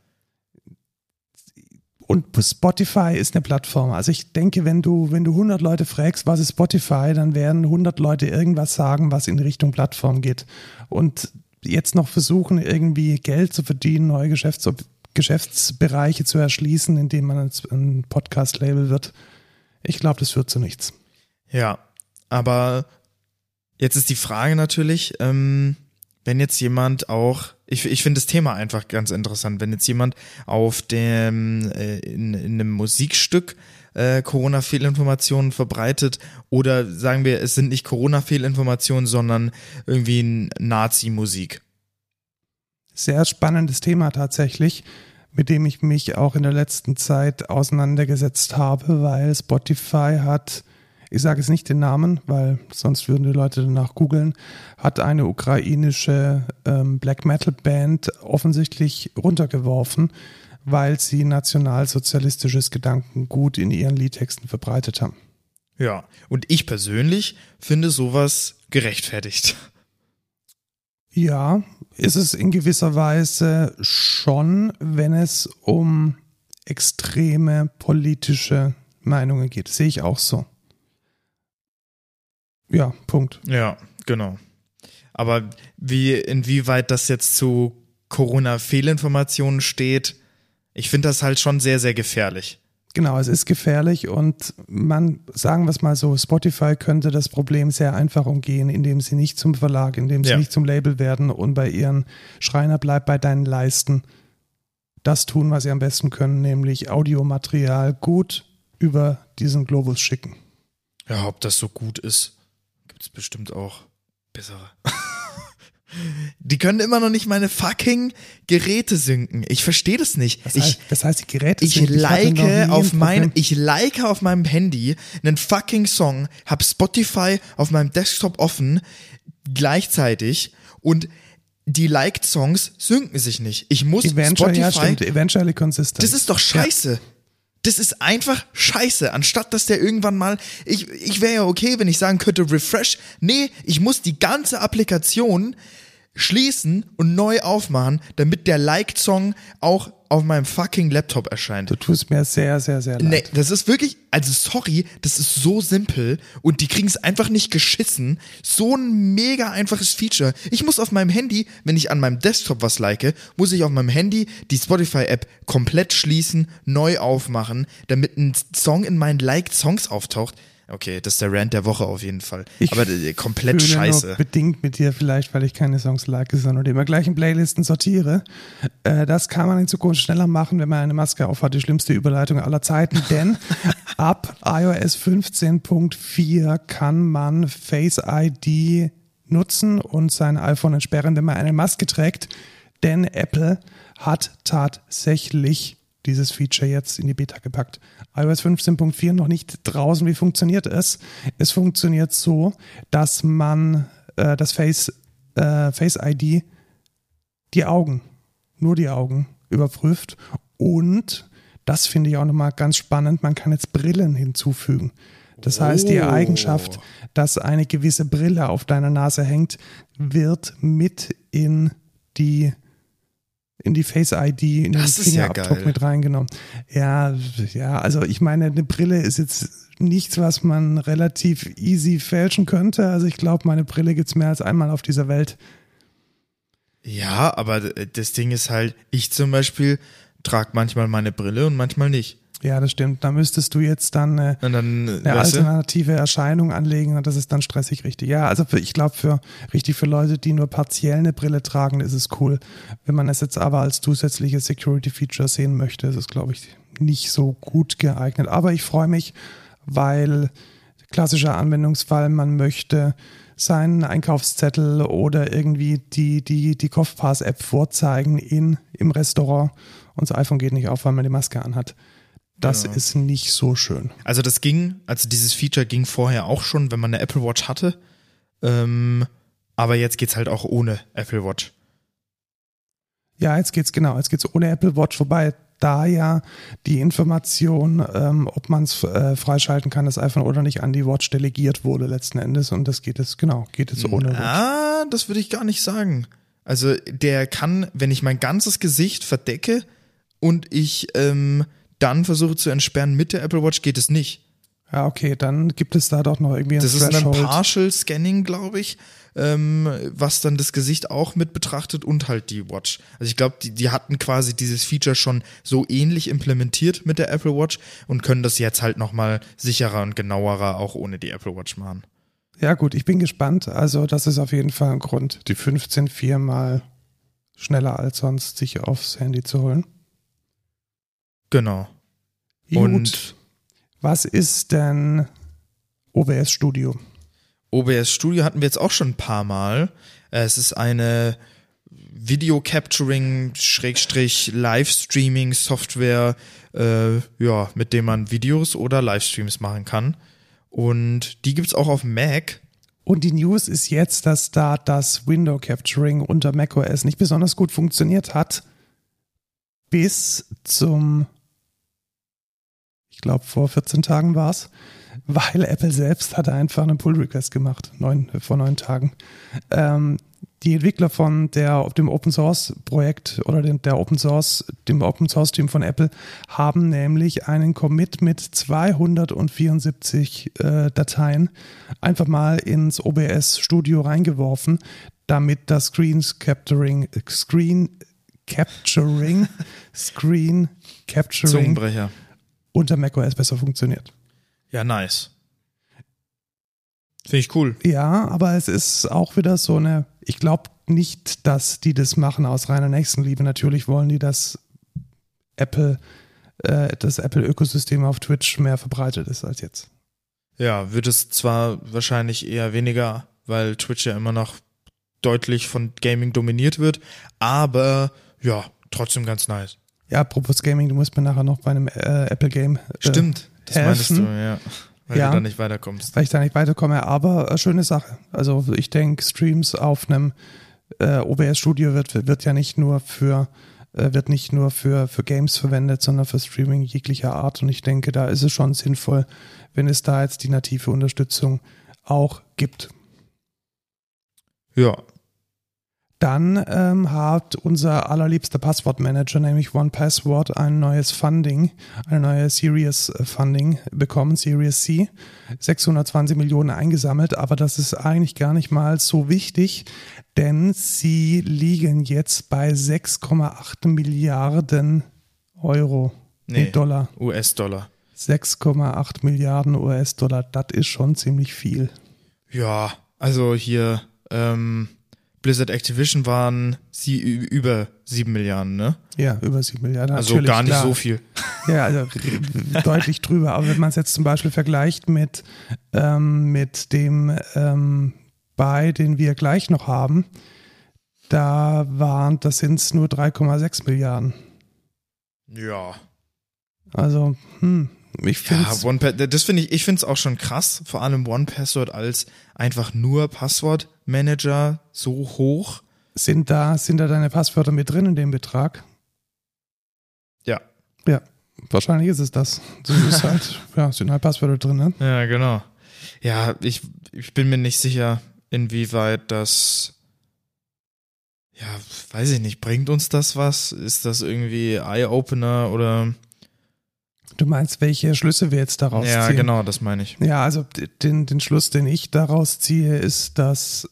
Und Spotify ist eine Plattform. Also ich denke, wenn du, wenn du hundert Leute fragst, was ist Spotify, dann werden hundert Leute irgendwas sagen, was in Richtung Plattform geht. Und jetzt noch versuchen, irgendwie Geld zu verdienen, neue Geschäfts- Geschäftsbereiche zu erschließen, indem man ein Podcast-Label wird. Ich glaube, das führt zu nichts. Ja, aber jetzt ist die Frage natürlich, ähm, wenn jetzt jemand auch, ich, ich finde das Thema einfach ganz interessant, wenn jetzt jemand auf dem, äh, in, in einem Musikstück äh, Corona-Fehlinformationen verbreitet oder sagen wir, es sind nicht Corona-Fehlinformationen, sondern irgendwie Nazi-Musik. Sehr spannendes Thema tatsächlich, mit dem ich mich auch in der letzten Zeit auseinandergesetzt habe, weil Spotify hat, ich sage es nicht den Namen, weil sonst würden die Leute danach googeln, hat eine ukrainische ähm, Black Metal Band offensichtlich runtergeworfen, weil sie nationalsozialistisches Gedankengut in ihren Liedtexten verbreitet haben. Ja, und ich persönlich finde sowas gerechtfertigt. Ja, ist es in gewisser Weise schon, wenn es um extreme politische Meinungen geht. Sehe ich auch so. Ja, Punkt. Ja, genau. Aber wie, inwieweit das jetzt zu Corona-Fehlinformationen steht, ich finde das halt schon sehr, sehr gefährlich. Genau, es ist gefährlich und man, sagen wir es mal so, Spotify könnte das Problem sehr einfach umgehen, indem sie nicht zum Verlag, indem sie ja. nicht zum Label werden und bei ihren Schreiner bleib bei deinen Leisten das tun, was sie am besten können, nämlich Audiomaterial gut über diesen Globus schicken. Ja, ob das so gut ist, gibt es bestimmt auch bessere. Die können immer noch nicht meine fucking Geräte synken. Ich verstehe das nicht. Das ich, heißt, das heißt, die Geräte ich synken. like ich auf meinem, ich like auf meinem Handy einen fucking Song, hab Spotify auf meinem Desktop offen, gleichzeitig und die liked Songs synken sich nicht. Ich muss Eventually, Spotify. Ja, stimmt, eventually consistent. Das ist doch scheiße. Ja. Das ist einfach scheiße, anstatt dass der irgendwann mal, ich, ich wäre ja okay, wenn ich sagen könnte, refresh. Nee, ich muss die ganze Applikation schließen und neu aufmachen, damit der Liked-Song auch auf meinem fucking Laptop erscheint. Du tust mir sehr, sehr, sehr leid. Nee, das ist wirklich, also sorry, das ist so simpel und die kriegen es einfach nicht geschissen. So ein mega einfaches Feature. Ich muss auf meinem Handy, wenn ich an meinem Desktop was like, muss ich auf meinem Handy die Spotify-App komplett schließen, neu aufmachen, damit ein Song in meinen Liked Songs auftaucht. Okay, das ist der Rant der Woche auf jeden Fall. Ich Aber äh, komplett fühle scheiße. Nur bedingt mit dir vielleicht, weil ich keine Songs like, sondern immer gleich in Playlisten sortiere. Äh, das kann man in Zukunft schneller machen, wenn man eine Maske aufhat. Die schlimmste Überleitung aller Zeiten, denn ab iOS fünfzehn Punkt vier kann man Face I D nutzen und sein iPhone entsperren, wenn man eine Maske trägt. Denn Apple hat tatsächlich dieses Feature jetzt in die Beta gepackt. iOS fünfzehn Punkt vier noch nicht draußen. Wie funktioniert es? Es funktioniert so, dass man äh, das Face, äh, Face I D, die Augen, nur die Augen überprüft und das finde ich auch nochmal ganz spannend, man kann jetzt Brillen hinzufügen. Das heißt, die Eigenschaft, dass eine gewisse Brille auf deiner Nase hängt, wird mit in die in die Face I D, in den Fingerabdruck ja mit reingenommen. Ja, ja, also ich meine, eine Brille ist jetzt nichts, was man relativ easy fälschen könnte. Also ich glaube, meine Brille gibt's mehr als einmal auf dieser Welt. Ja, aber das Ding ist halt, ich zum Beispiel trage manchmal meine Brille und manchmal nicht. Ja, das stimmt. Da müsstest du jetzt dann eine, dann, eine alternative Erscheinung anlegen und das ist dann stressig, richtig. Ja, also für, ich glaube, für richtig für Leute, die nur partiell eine Brille tragen, ist es cool. Wenn man es jetzt aber als zusätzliche Security-Feature sehen möchte, ist es, glaube ich, nicht so gut geeignet. Aber ich freue mich, weil klassischer Anwendungsfall, man möchte seinen Einkaufszettel oder irgendwie die, die, die Kopfpass-App vorzeigen in, im Restaurant und das iPhone geht nicht auf, weil man die Maske anhat. Das ja. ist nicht so schön. Also das ging, also dieses Feature ging vorher auch schon, wenn man eine Apple Watch hatte. Ähm, aber jetzt geht's halt auch ohne Apple Watch. Ja, jetzt geht's genau, jetzt geht's ohne Apple Watch, wobei da ja die Information, ähm, ob man es äh, freischalten kann, das iPhone oder nicht, an die Watch delegiert wurde letzten Endes. Und das geht jetzt, genau, geht jetzt ohne Watch. Ah, das würde ich gar nicht sagen. Also der kann, wenn ich mein ganzes Gesicht verdecke und ich ähm, dann versuche zu entsperren mit der Apple Watch, geht es nicht. Ja, okay, dann gibt es da doch noch irgendwie ein Das Threshold. ist ein Partial Scanning, glaube ich, ähm, was dann das Gesicht auch mit betrachtet und halt die Watch. Also ich glaube, die, die hatten quasi dieses Feature schon so ähnlich implementiert mit der Apple Watch und können das jetzt halt nochmal sicherer und genauerer auch ohne die Apple Watch machen. Ja gut, ich bin gespannt. Also das ist auf jeden Fall ein Grund, die fünfzehn viermal schneller als sonst sich aufs Handy zu holen. Genau. Gut. Und was ist denn O B S Studio? O B S Studio hatten wir jetzt auch schon ein paar Mal. Es ist eine Video-Capturing-Livestreaming-Software, äh, ja, mit dem man Videos oder Livestreams machen kann. Und die gibt's auch auf Mac. Und die News ist jetzt, dass da das Window Capturing unter macOS nicht besonders gut funktioniert hat. Bis zum, ich glaube vor vierzehn Tagen war es, weil Apple selbst hatte einfach einen Pull-Request gemacht, neun, vor neun Tagen. Ähm, die Entwickler von der, dem Open Source Projekt oder den, der Open Source, dem Open Source Team von Apple haben nämlich einen Commit mit zweihundertvierundsiebzig äh, Dateien einfach mal ins O B S Studio reingeworfen, damit das Screen Capturing, Screen Capturing, Screen Capturing Zungenbrecher. Unter macOS besser funktioniert. Ja, nice. Finde ich cool. Ja, aber es ist auch wieder so eine, ich glaube nicht, dass die das machen aus reiner Nächstenliebe. Natürlich wollen die, dass Apple, äh, das Apple-Ökosystem auf Twitch mehr verbreitet ist als jetzt. Ja, wird es zwar wahrscheinlich eher weniger, weil Twitch ja immer noch deutlich von Gaming dominiert wird, aber ja, trotzdem ganz nice. Ja, apropos Gaming, du musst mir nachher noch bei einem äh, Apple Game äh, Stimmt, das helfen. meinst du, ja. Weil ja, du da nicht weiterkommst. Weil ich da nicht weiterkomme, aber äh, schöne Sache. Also ich denke, Streams auf einem äh, O B S Studio wird, wird ja nicht nur für äh, wird nicht nur für, für Games verwendet, sondern für Streaming jeglicher Art. Und ich denke, da ist es schon sinnvoll, wenn es da jetzt die native Unterstützung auch gibt. Ja. Dann ähm, hat unser allerliebster Passwortmanager, nämlich one Password, ein neues Funding, eine neue Series Funding bekommen, Series C, sechshundertzwanzig Millionen eingesammelt, aber das ist eigentlich gar nicht mal so wichtig, denn sie liegen jetzt bei sechs Komma acht Milliarden Euro, nee, nee, Dollar. U S-Dollar. sechs Komma acht Milliarden U S-Dollar, das ist schon ziemlich viel. Ja, also hier, ähm, Blizzard Activision waren sie über sieben Milliarden, ne? Ja, über sieben Milliarden. Also gar nicht klar. so viel. Ja, also deutlich drüber. Aber wenn man es jetzt zum Beispiel vergleicht mit, ähm, mit dem ähm, Buy, den wir gleich noch haben, da waren, das sind es nur drei Komma sechs Milliarden. Ja. Also, hm. Ich ja, One, das finde ich, ich finde es auch schon krass, vor allem One Password als einfach nur Passwortmanager so hoch. Sind da, sind da deine Passwörter mit drin in dem Betrag? Ja. Ja, wahrscheinlich ist es das. Das ist halt, ja, sind halt Passwörter drin, ne? Ja, genau. Ja, ich, ich bin mir nicht sicher, inwieweit das, ja, weiß ich nicht, bringt uns das was? Ist das irgendwie Eye-Opener oder? Du meinst, welche Schlüsse wir jetzt daraus ja, ziehen? Ja, genau, das meine ich. Ja, also den, den Schluss, den ich daraus ziehe, ist, dass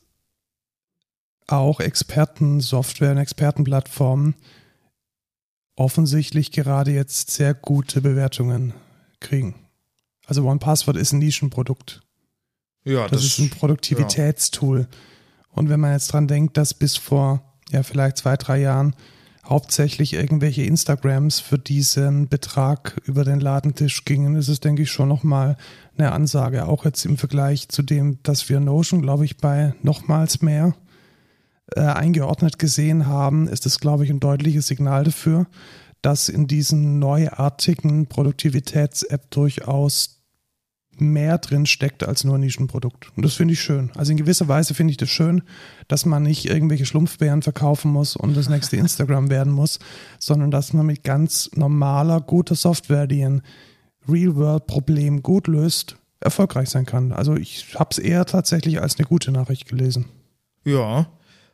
auch Expertensoftware und Expertenplattformen offensichtlich gerade jetzt sehr gute Bewertungen kriegen. Also one Password ist ein Nischenprodukt. Ja, das, das ist ein Produktivitätstool. Ja. Und wenn man jetzt dran denkt, dass bis vor ja vielleicht zwei, drei Jahren hauptsächlich irgendwelche Instagrams für diesen Betrag über den Ladentisch gingen, ist es, denke ich, schon nochmal eine Ansage. Auch jetzt im Vergleich zu dem, dass wir Notion, glaube ich, bei nochmals mehr äh, eingeordnet gesehen haben, ist das, glaube ich, ein deutliches Signal dafür, dass in diesen neuartigen Produktivitäts-App durchaus mehr drin steckt als nur ein Nischenprodukt. Und das finde ich schön. Also in gewisser Weise finde ich das schön, dass man nicht irgendwelche Schlumpfbären verkaufen muss und das nächste Instagram werden muss, sondern dass man mit ganz normaler, guter Software, die ein Real-World-Problem gut löst, erfolgreich sein kann. Also ich habe es eher tatsächlich als eine gute Nachricht gelesen. Ja.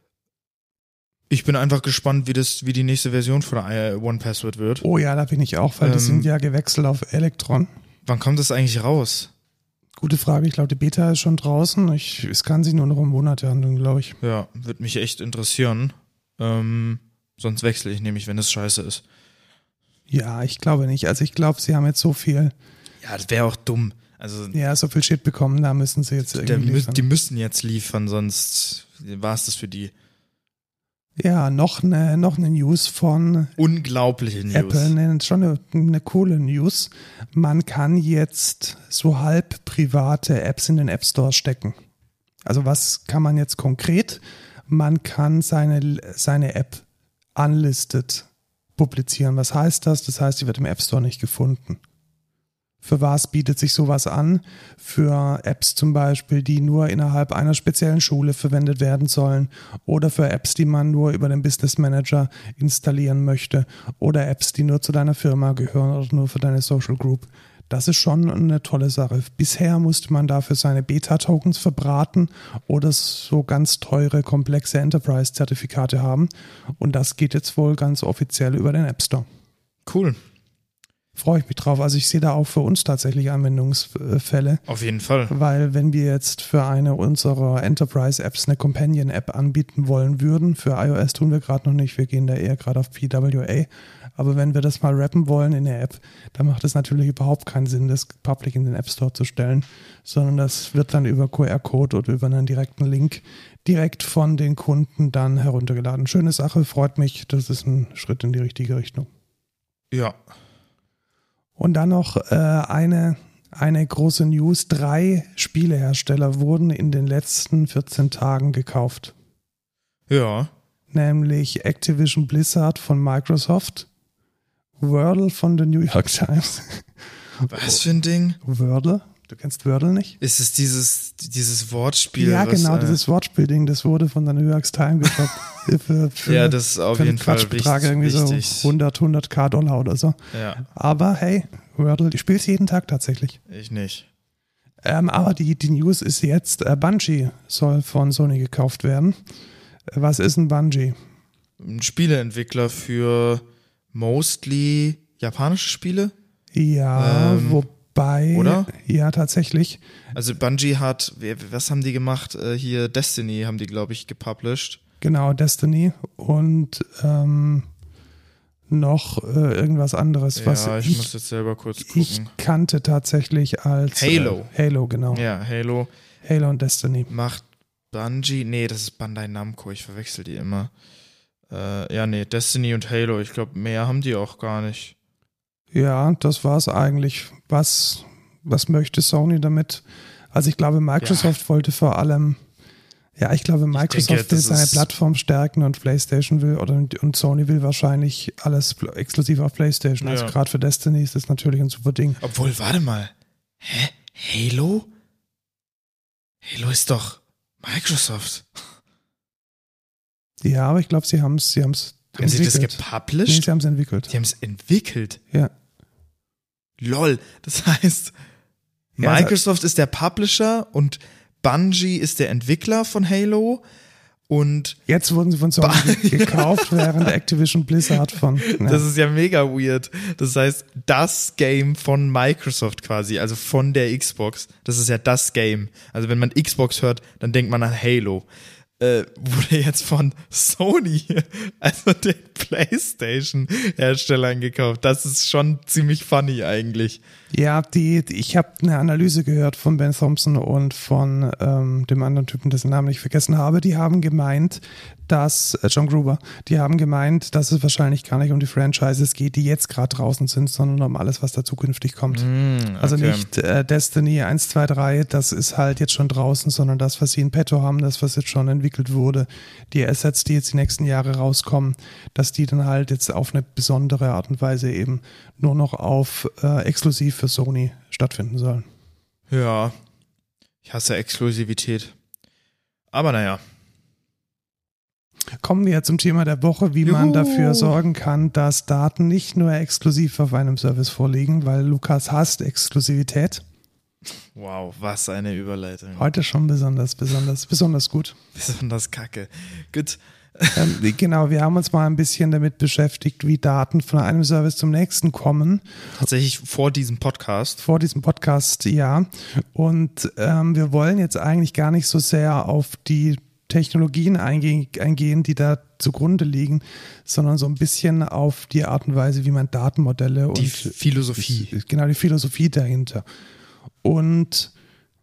Ich bin einfach gespannt, wie das, wie die nächste Version von one Password wird. Oh ja, da bin ich auch, weil ähm, die sind ja gewechselt auf Electron. Wann kommt das eigentlich raus? Gute Frage. Ich glaube, die Beta ist schon draußen. Ich, es kann sich nur noch um Monate handeln, glaube ich. Ja, würde mich echt interessieren. Ähm, sonst wechsle ich nämlich, wenn es scheiße ist. Ja, ich glaube nicht. Also ich glaube, sie haben jetzt so viel. Ja, das wäre auch dumm. Also, ja, so viel Shit bekommen, da müssen sie jetzt irgendwie der, liefern. Die müssen jetzt liefern, sonst war es das für die. Ja, noch eine, noch eine News von Unglaubliche News. Apple, ne, schon eine, eine coole News. Man kann jetzt so halb private Apps in den App Store stecken. Also was kann man jetzt konkret? Man kann seine, seine App unlisted publizieren. Was heißt das? Das heißt, die wird im App Store nicht gefunden. Für was bietet sich sowas an? Für Apps zum Beispiel, die nur innerhalb einer speziellen Schule verwendet werden sollen oder für Apps, die man nur über den Business Manager installieren möchte oder Apps, die nur zu deiner Firma gehören oder nur für deine Social Group. Das ist schon eine tolle Sache. Bisher musste man dafür seine Beta-Tokens verbraten oder so ganz teure, komplexe Enterprise-Zertifikate haben und das geht jetzt wohl ganz offiziell über den App Store. Cool. Freue ich mich drauf. Also ich sehe da auch für uns tatsächlich Anwendungsfälle. Auf jeden Fall. Weil wenn wir jetzt für eine unserer Enterprise-Apps eine Companion-App anbieten wollen würden, für iOS tun wir gerade noch nicht, wir gehen da eher gerade auf P W A, aber wenn wir das mal rappen wollen in der App, dann macht es natürlich überhaupt keinen Sinn, das public in den App Store zu stellen, sondern das wird dann über Q R-Code oder über einen direkten Link direkt von den Kunden dann heruntergeladen. Schöne Sache, freut mich, das ist ein Schritt in die richtige Richtung. Ja. Und dann noch äh, eine, eine große News. Drei Spielehersteller wurden in den letzten vierzehn Tagen gekauft. Ja. Nämlich Activision Blizzard von Microsoft, Wordle von der New York Times. Was für ein Ding? Wordle? Du kennst Wordle nicht? Ist es dieses, dieses Wortspiel? Ja, was, genau, äh, dieses Wortspielding, das wurde von der New York Times gekauft. für, für, ja, das ist auf jeden Fall wichtig. irgendwie so hundert, hunderttausend Dollar oder so. Ja. Aber hey, Wordle, ich spiele es jeden Tag tatsächlich. Ich nicht. Ähm, aber die, die News ist jetzt, äh, Bungie soll von Sony gekauft werden. Äh, was ist ein Bungie? Ein Spieleentwickler für mostly japanische Spiele? Ja, ähm, wobei... Oder? Ja, tatsächlich. Also Bungie hat, was haben die gemacht? Hier Destiny haben die, glaube ich, gepublished. Genau, Destiny und ähm, noch äh, irgendwas anderes. Ja, was ich, ich muss jetzt selber kurz gucken. Ich kannte tatsächlich als Halo. Äh, Halo, genau. Ja, Halo. Halo und Destiny. Macht Bungie, nee, das ist Bandai Namco, ich verwechsel die immer. Äh, ja, nee, Destiny und Halo, ich glaube, mehr haben die auch gar nicht. Ja, das war's eigentlich. Was, was möchte Sony damit? Also ich glaube, Microsoft ja. wollte vor allem, ja, ich glaube, Microsoft ich denke, will seine Plattform stärken und PlayStation will, oder und Sony will wahrscheinlich alles exklusiv auf PlayStation. Also ja. gerade für Destiny ist das natürlich ein super Ding. Obwohl, warte mal. Hä? Halo? Halo ist doch Microsoft. Ja, aber ich glaube, sie haben es sie haben's Haben entwickelt. Sie das gepublished? Nee, sie haben es entwickelt. Sie haben es entwickelt? Ja. Lol, das heißt, ja, Microsoft also, ist der Publisher und Bungie ist der Entwickler von Halo und jetzt wurden sie von Sony gekauft, während Activision Blizzard von... Ja. Das ist ja mega weird. Das heißt, das Game von Microsoft quasi, also von der Xbox, das ist ja das Game. Also wenn man Xbox hört, dann denkt man an Halo. Äh, wurde jetzt von Sony, also den PlayStation-Herstellern gekauft. Das ist schon ziemlich funny eigentlich. Ja, die, die ich habe eine Analyse gehört von Ben Thompson und von ähm, dem anderen Typen, dessen Namen ich vergessen habe. Die haben gemeint, dass, äh, John Gruber, die haben gemeint, dass es wahrscheinlich gar nicht um die Franchises geht, die jetzt gerade draußen sind, sondern um alles, was da zukünftig kommt. Mm, okay. Also nicht äh, Destiny eins, zwei, drei, das ist halt jetzt schon draußen, sondern das, was sie in petto haben, das, was jetzt schon entwickelt wurde, die Assets, die jetzt die nächsten Jahre rauskommen, dass die dann halt jetzt auf eine besondere Art und Weise eben nur noch auf äh, exklusiv für Sony stattfinden sollen. Ja, ich hasse Exklusivität. Aber naja. Kommen wir zum Thema der Woche, wie Juhu. man dafür sorgen kann, dass Daten nicht nur exklusiv auf einem Service vorliegen, weil Lukas hasst Exklusivität. Wow, was eine Überleitung. Heute schon besonders, besonders, besonders gut. Besonders kacke. Gut. Ähm, genau, wir haben uns mal ein bisschen damit beschäftigt, wie Daten von einem Service zum nächsten kommen. Tatsächlich vor diesem Podcast. Vor diesem Podcast, ja. Und ähm, wir wollen jetzt eigentlich gar nicht so sehr auf die Technologien eingehen, eingehen, die da zugrunde liegen, sondern so ein bisschen auf die Art und Weise, wie man Datenmodelle und die Philosophie. Genau, die Philosophie dahinter. Und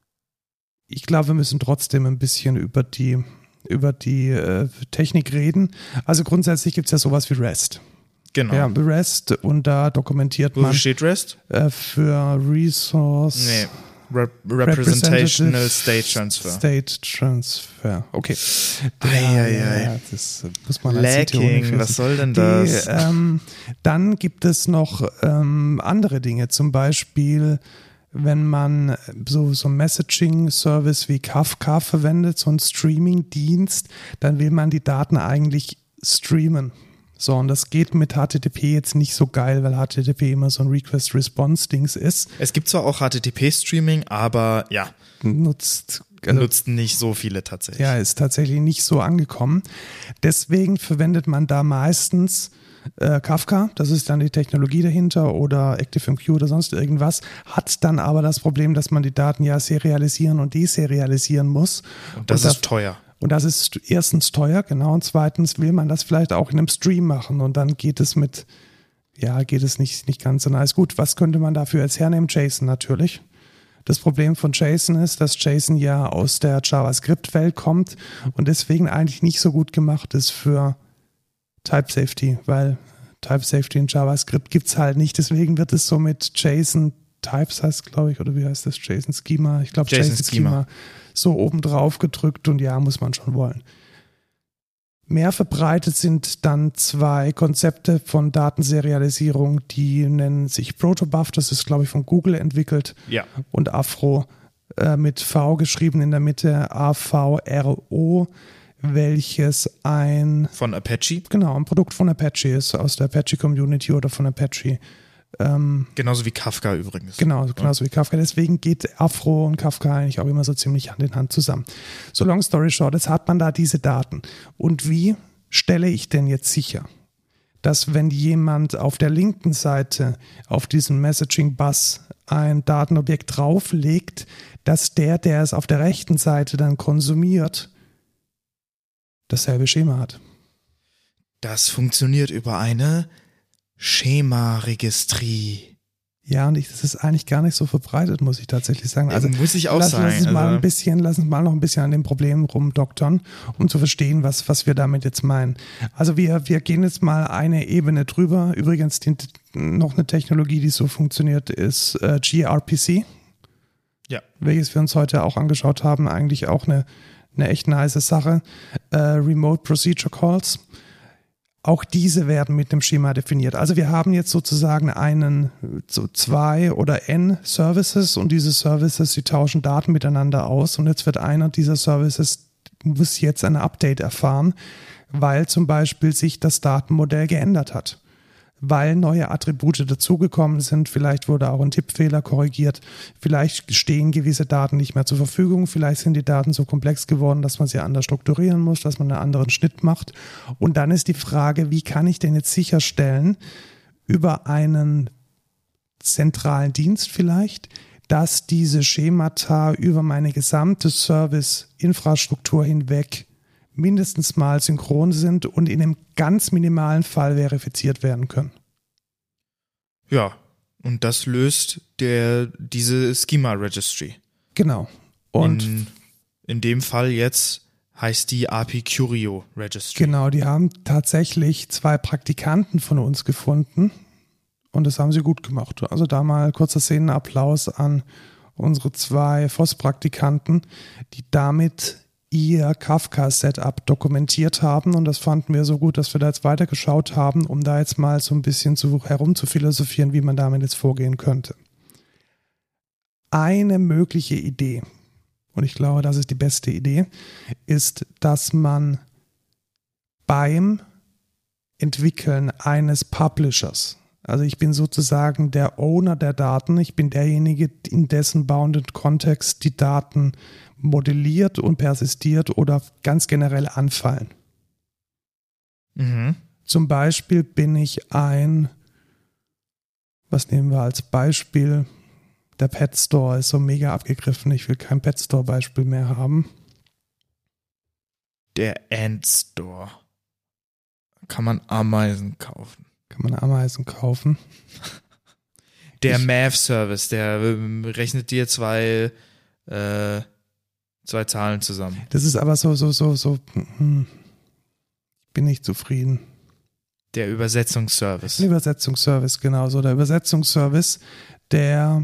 ich glaube, wir müssen trotzdem ein bisschen über die über die äh, Technik reden. Also grundsätzlich gibt es ja sowas wie REST. Genau. Ja, REST, und da dokumentiert Wo man steht REST? Äh, für Resource Nee. Rep Representational State Transfer. State Transfer. Okay. Eieiei. Ja, das muss man als Lacking, was soll denn das? Die, ähm, dann gibt es noch ähm, andere Dinge, zum Beispiel wenn man so so Messaging-Service wie Kafka verwendet, so ein Streaming-Dienst, dann will man die Daten eigentlich streamen. So, und das geht mit H T T P jetzt nicht so geil, weil H T T P immer so ein Request-Response-Dings ist. Es gibt zwar auch H T T P-Streaming, aber ja, nutzt, also, nutzt nicht so viele tatsächlich. Ja, ist tatsächlich nicht so angekommen. Deswegen verwendet man da meistens äh, Kafka, das ist dann die Technologie dahinter, oder ActiveMQ oder sonst irgendwas, hat dann aber das Problem, dass man die Daten ja serialisieren und deserialisieren muss. Und das und ist da, teuer. Und das ist erstens teuer, genau, und zweitens will man das vielleicht auch in einem Stream machen und dann geht es mit, ja, geht es nicht, nicht ganz so nice. Gut, was könnte man dafür jetzt hernehmen? JSON natürlich. Das Problem von JSON ist, dass JSON ja aus der JavaScript-Welt kommt und deswegen eigentlich nicht so gut gemacht ist für Type Safety, weil Type Safety in JavaScript gibt es halt nicht, deswegen wird es so mit JSON Types heißt, glaube ich, oder wie heißt das? JSON Schema? Ich glaube, JSON Schema so oben drauf gedrückt und ja, muss man schon wollen. Mehr verbreitet sind dann zwei Konzepte von Datenserialisierung, die nennen sich Protobuf, das ist, glaube ich, von Google entwickelt, ja. Und Afro äh, mit V geschrieben in der Mitte, A V R O, welches ein von Apache? Genau, ein Produkt von Apache ist, aus der Apache-Community oder von Apache. Ähm, genauso wie Kafka übrigens. Genau, genauso wie Kafka. Deswegen geht Afro und Kafka eigentlich auch immer so ziemlich Hand in Hand zusammen. So, long story short, jetzt hat man da diese Daten. Und wie stelle ich denn jetzt sicher, dass wenn jemand auf der linken Seite auf diesem Messaging-Bus ein Datenobjekt drauflegt, dass der, der es auf der rechten Seite dann konsumiert, dasselbe Schema hat? Das funktioniert über eine Schema-Registrie. Ja, und ich, das ist eigentlich gar nicht so verbreitet, muss ich tatsächlich sagen. Also muss ich auch lass, sagen. Lass uns, also mal ein bisschen, lass uns mal noch ein bisschen an dem Problem rumdoktern, um zu verstehen, was, was wir damit jetzt meinen. Also wir, wir gehen jetzt mal eine Ebene drüber. Übrigens, die, noch eine Technologie, die so funktioniert, ist äh, gRPC. Ja. Welches wir uns heute auch angeschaut haben. Eigentlich auch eine, eine echt nice Sache. Äh, Remote Procedure Calls. Auch diese werden mit einem Schema definiert. Also wir haben jetzt sozusagen einen, so zwei oder n Services und diese Services, die tauschen Daten miteinander aus und jetzt wird einer dieser Services, muss jetzt ein Update erfahren, weil zum Beispiel sich das Datenmodell geändert hat. Weil neue Attribute dazugekommen sind, vielleicht wurde auch ein Tippfehler korrigiert, vielleicht stehen gewisse Daten nicht mehr zur Verfügung, vielleicht sind die Daten so komplex geworden, dass man sie anders strukturieren muss, dass man einen anderen Schnitt macht. Und dann ist die Frage, wie kann ich denn jetzt sicherstellen, über einen zentralen Dienst vielleicht, dass diese Schemata über meine gesamte Service-Infrastruktur hinweg mindestens mal synchron sind und in einem ganz minimalen Fall verifiziert werden können. Ja, und das löst der, diese Schema Registry. Genau. Und in, in dem Fall jetzt heißt die A P Curio Registry. Genau, die haben tatsächlich zwei Praktikanten von uns gefunden und das haben sie gut gemacht. Also da mal kurzer Szenenapplaus an unsere zwei F O S-Praktikanten, die damit ihr Kafka-Setup dokumentiert haben und das fanden wir so gut, dass wir da jetzt weitergeschaut haben, um da jetzt mal so ein bisschen zu, herum zu philosophieren, wie man damit jetzt vorgehen könnte. eine mögliche Idee, und ich glaube, das ist die beste Idee, ist, dass man beim Entwickeln eines Publishers, also ich bin sozusagen der Owner der Daten, ich bin derjenige, in dessen Bounded Context die Daten modelliert und persistiert oder ganz generell anfallen. Mhm. Zum Beispiel bin ich ein, was nehmen wir als Beispiel? Der Pet Store ist so mega abgegriffen, ich will kein Pet Store Beispiel mehr haben. Der Ant Store. Kann man Ameisen kaufen. Kann man Ameisen kaufen. Der Ich- Math-Service, der ähm, rechnet dir zwei, äh, zwei Zahlen zusammen. Das ist aber so, so, so, so, hm, ich bin nicht zufrieden. Der Übersetzungsservice. Ein Übersetzungsservice, genau so. Der Übersetzungsservice, der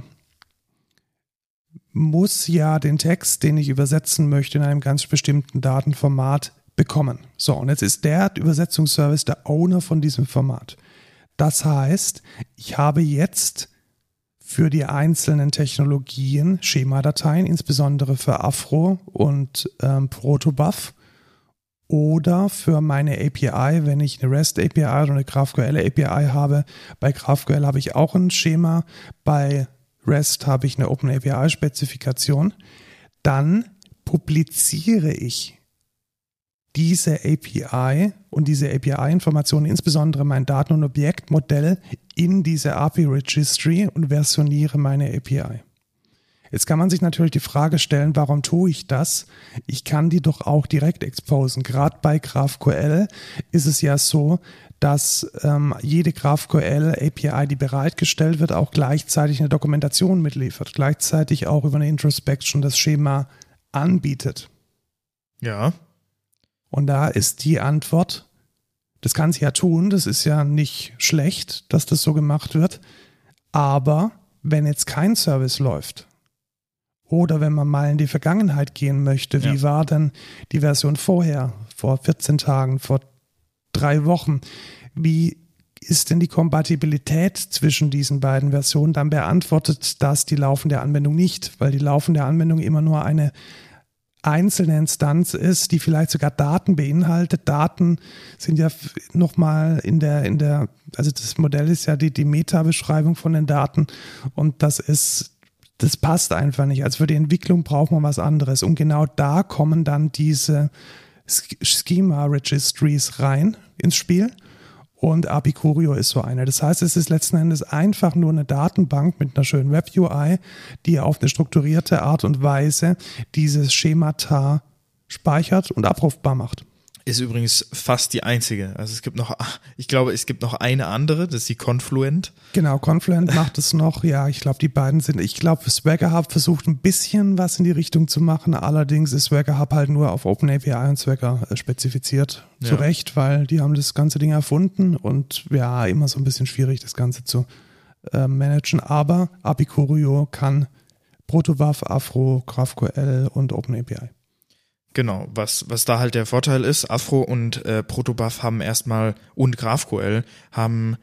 muss ja den Text, den ich übersetzen möchte, in einem ganz bestimmten Datenformat bekommen. So, und jetzt ist der Übersetzungsservice der Owner von diesem Format. Das heißt, ich habe jetzt für die einzelnen Technologien Schemadateien, insbesondere für Afro und ähm, Protobuf, oder für meine A P I, wenn ich eine REST-A P I oder eine GraphQL-A P I habe. Bei GraphQL habe ich auch ein Schema, bei REST habe ich eine OpenAPI-Spezifikation. Dann publiziere ich diese A P I und diese A P I-Informationen, insbesondere mein Daten- und Objektmodell, in diese A P I-Registry und versioniere meine A P I. Jetzt kann man sich natürlich die Frage stellen, warum tue ich das? Ich kann die doch auch direkt exposen. Gerade bei GraphQL ist es ja so, dass ähm, jede GraphQL-A P I, die bereitgestellt wird, auch gleichzeitig eine Dokumentation mitliefert, gleichzeitig auch über eine Introspection das Schema anbietet. Ja. Und da ist die Antwort, das kann sie ja tun, das ist ja nicht schlecht, dass das so gemacht wird, aber wenn jetzt kein Service läuft oder wenn man mal in die Vergangenheit gehen möchte, wie Ja. war denn die Version vorher, vor vierzehn Tagen, vor drei Wochen, wie ist denn die Kompatibilität zwischen diesen beiden Versionen, dann beantwortet das die laufende Anwendung nicht, weil die laufende Anwendung immer nur eine einzelne Instanz ist, die vielleicht sogar Daten beinhaltet. Daten sind ja nochmal in der, in der, also das Modell ist ja die, die Meta-Beschreibung von den Daten und das ist, das passt einfach nicht. Also für die Entwicklung braucht man was anderes und genau da kommen dann diese Schema-Registries rein ins Spiel und A P I Curio ist so eine. Das heißt, es ist letzten Endes einfach nur eine Datenbank mit einer schönen Web-U I, die auf eine strukturierte Art und Weise dieses Schemata speichert und abrufbar macht. Ist übrigens fast die einzige. Also es gibt noch, ich glaube, es gibt noch eine andere, das ist die Confluent. Genau, Confluent macht es noch. Ja, ich glaube, die beiden sind, ich glaube, Swagger Hub versucht ein bisschen was in die Richtung zu machen. Allerdings ist Swagger Hub halt nur auf OpenAPI und Swagger äh, spezifiziert. Ja. Zu Recht, weil die haben das ganze Ding erfunden und ja, immer so ein bisschen schwierig, das Ganze zu äh, managen. Aber A P I Curio kann Protobuf, Afro, GraphQL und OpenAPI. Genau, was, was da halt der Vorteil ist, Afro und äh, Protobuf haben erstmal und GraphQL haben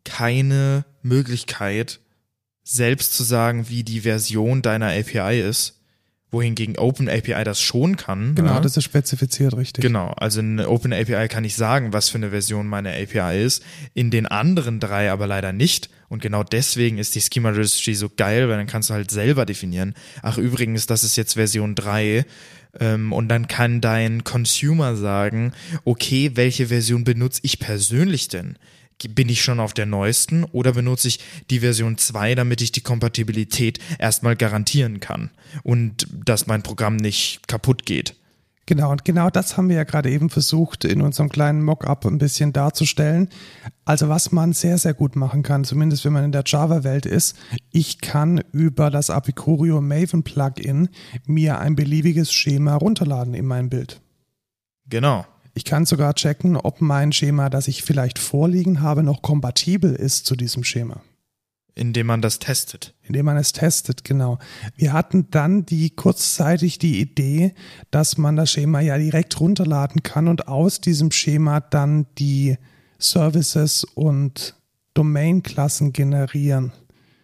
keine Möglichkeit, selbst zu sagen, wie die Version deiner A P I ist, wohingegen OpenAPI das schon kann. Genau, ja? das ist spezifiziert, richtig. Genau, also in OpenAPI kann ich sagen, was für eine Version meine A P I ist, in den anderen drei aber leider nicht. Und genau deswegen ist die Schema Registry so geil, weil dann kannst du halt selber definieren. Ach übrigens, das ist jetzt Version drei. Ähm, und dann kann dein Consumer sagen, okay, welche Version benutze ich persönlich denn? Bin ich schon auf der neuesten oder benutze ich die Version zwei, damit ich die Kompatibilität erstmal garantieren kann und dass mein Programm nicht kaputt geht? Genau, und genau das haben wir ja gerade eben versucht, in unserem kleinen Mockup ein bisschen darzustellen. Also was man sehr, sehr gut machen kann, zumindest wenn man in der Java-Welt ist, ich kann über das A P I Curio Maven Plugin mir ein beliebiges Schema runterladen in mein Bild. Genau. Ich kann sogar checken, ob mein Schema, das ich vielleicht vorliegen habe, noch kompatibel ist zu diesem Schema. Indem man das testet. Indem man es testet, genau. Wir hatten dann die kurzzeitig die Idee, dass man das Schema ja direkt runterladen kann und aus diesem Schema dann die Services und Domain-Klassen generieren.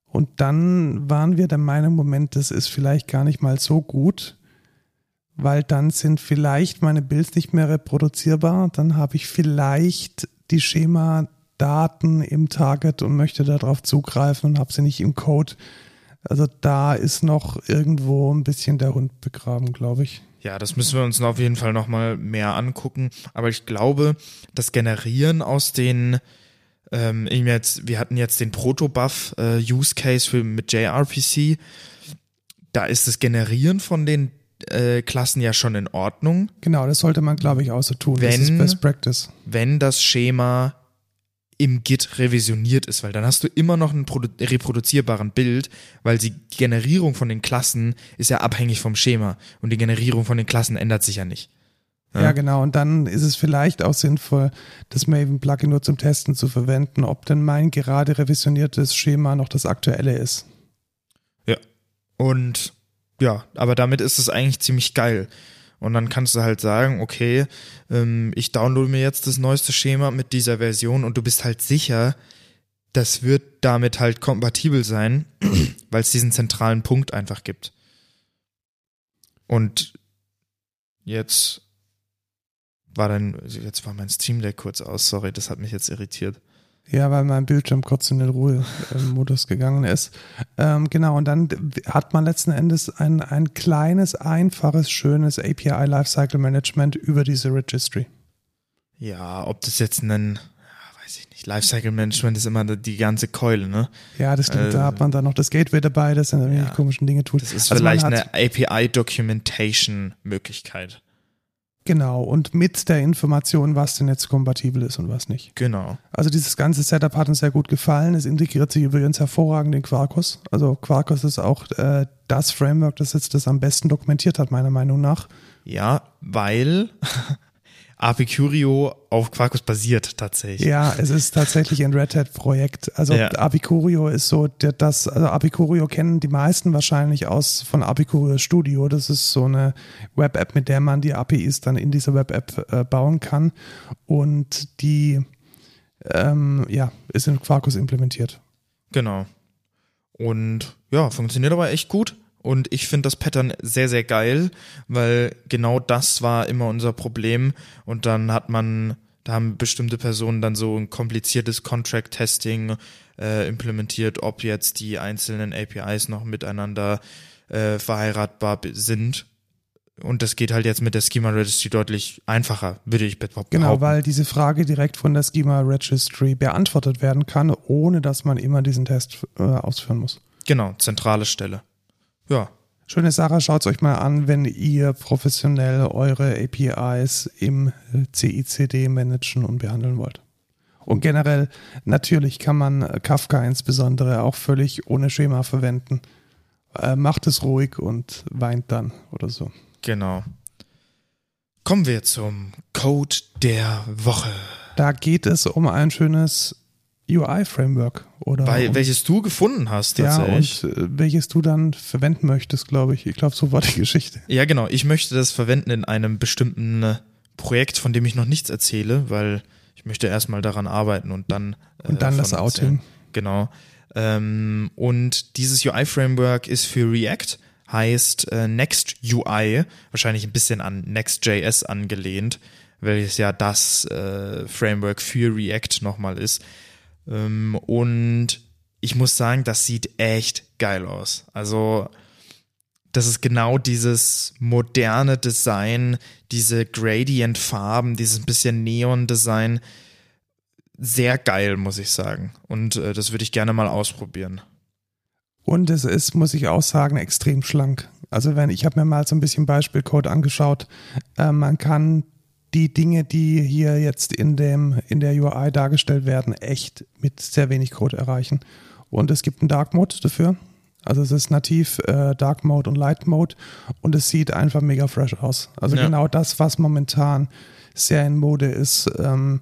Und dann waren wir der Meinung, Moment, das ist vielleicht gar nicht mal so gut, weil dann sind vielleicht meine Builds nicht mehr reproduzierbar. Dann habe ich vielleicht die Schema-Daten im Target und möchte darauf zugreifen und habe sie nicht im Code. Also da ist noch irgendwo ein bisschen der Hund begraben, glaube ich. Ja, das müssen wir uns auf jeden Fall nochmal mehr angucken. Aber ich glaube, das Generieren aus den, ähm, jetzt, wir hatten jetzt den Protobuf äh, Use Case für, mit J R P C. Da ist das Generieren von den äh, Klassen ja schon in Ordnung. Genau, das sollte man, glaube ich, auch so tun. Wenn, das ist Best Practice. Wenn das Schema im Git revisioniert ist, weil dann hast du immer noch einen produ- reproduzierbaren Bild, weil die Generierung von den Klassen ist ja abhängig vom Schema und die Generierung von den Klassen ändert sich ja nicht. Ja, ja genau. Und dann ist es vielleicht auch sinnvoll, das Maven-Plugin nur zum Testen zu verwenden, ob denn mein gerade revisioniertes Schema noch das aktuelle ist. Ja. Und ja, aber damit ist es eigentlich ziemlich geil. Und dann kannst du halt sagen, okay, ähm, ich downloade mir jetzt das neueste Schema mit dieser Version und du bist halt sicher, das wird damit halt kompatibel sein, weil es diesen zentralen Punkt einfach gibt. Und jetzt war dann, jetzt war mein Stream Deck kurz aus, sorry, das hat mich jetzt irritiert. Ja, weil mein Bildschirm kurz in den Ruhemodus gegangen ist. Ähm, genau, und dann hat man letzten Endes ein, ein kleines, einfaches, schönes A P I Lifecycle Management über diese Registry. Ja, ob das jetzt ein, weiß ich nicht, Lifecycle Management ist immer die ganze Keule, ne? Ja, das stimmt, äh, da hat man dann noch das Gateway dabei, das dann irgendwelche ja, komischen Dinge tut. Das ist also vielleicht eine A P I Documentation Möglichkeit. Genau, und mit der Information, was denn jetzt kompatibel ist und was nicht. Genau. Also dieses ganze Setup hat uns sehr gut gefallen. Es integriert sich übrigens hervorragend in Quarkus. Also Quarkus ist auch äh, das Framework, das jetzt das am besten dokumentiert hat, meiner Meinung nach. Ja, weil Apicurio auf Quarkus basiert tatsächlich. Ja, es ist tatsächlich ein Red Hat-Projekt. Also ja. Apicurio ist so, der, das, also Apicurio kennen die meisten wahrscheinlich aus von Apicurio Studio. Das ist so eine Web-App, mit der man die A P Is dann in dieser Web-App äh, bauen kann. Und die ähm, ja, ist in Quarkus implementiert. Genau. Und ja, funktioniert aber echt gut. Und ich finde das Pattern sehr, sehr geil, weil genau das war immer unser Problem. Und dann hat man, da haben bestimmte Personen dann so ein kompliziertes Contract-Testing äh, implementiert, ob jetzt die einzelnen A P Is noch miteinander äh, verheiratbar sind. Und das geht halt jetzt mit der Schema Registry deutlich einfacher, würde ich behaupten. Genau, weil diese Frage direkt von der Schema Registry beantwortet werden kann, ohne dass man immer diesen Test äh, ausführen muss. Genau, zentrale Stelle. Ja. Schöne Sache, schaut es euch mal an, wenn ihr professionell eure A P Is im C I C D managen und behandeln wollt. Und generell, natürlich kann man Kafka insbesondere auch völlig ohne Schema verwenden. Äh, macht es ruhig und weint dann oder so. Genau. Kommen wir zum Code der Woche. Da geht es um ein schönes U I-Framework. Oder Bei, um, welches du gefunden hast tatsächlich. Ja, und äh, welches du dann verwenden möchtest, glaube ich. Ich glaube, so war die Geschichte. Ja, genau. Ich möchte das verwenden in einem bestimmten äh, Projekt, von dem ich noch nichts erzähle, weil ich möchte erstmal daran arbeiten und dann äh, Und dann das Outing. Genau. Ähm, und dieses U I-Framework ist für React, heißt äh, Next.ui, wahrscheinlich ein bisschen an Next.js angelehnt, welches ja das äh, Framework für React nochmal ist. Und ich muss sagen, das sieht echt geil aus. Also das ist genau dieses moderne Design, diese Gradient-Farben, dieses bisschen Neon-Design. Sehr geil, muss ich sagen. Und äh, das würde ich gerne mal ausprobieren. Und es ist, muss ich auch sagen, extrem schlank. Also wenn ich habe mir mal so ein bisschen Beispielcode angeschaut, äh, man kann die Dinge, die hier jetzt in dem in der U I dargestellt werden, echt mit sehr wenig Code erreichen. Und es gibt einen Dark Mode dafür. Also es ist nativ äh, Dark Mode und Light Mode und es sieht einfach mega fresh aus. Also ja. Genau das, was momentan sehr in Mode ist. Ähm,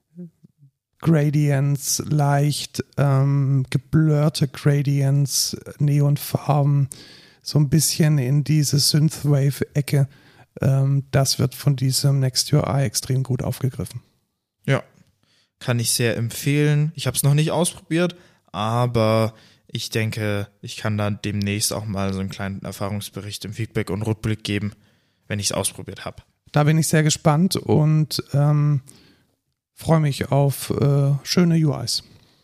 Gradients, leicht ähm, geblurrte Gradients, Neonfarben, so ein bisschen in diese Synthwave-Ecke. Das wird von diesem Next.ui extrem gut aufgegriffen. Ja, kann ich sehr empfehlen. Ich habe es noch nicht ausprobiert, aber ich denke, ich kann da demnächst auch mal so einen kleinen Erfahrungsbericht im Feedback und Rückblick geben, wenn ich es ausprobiert habe. Da bin ich sehr gespannt und ähm, freue mich auf äh, schöne U Is.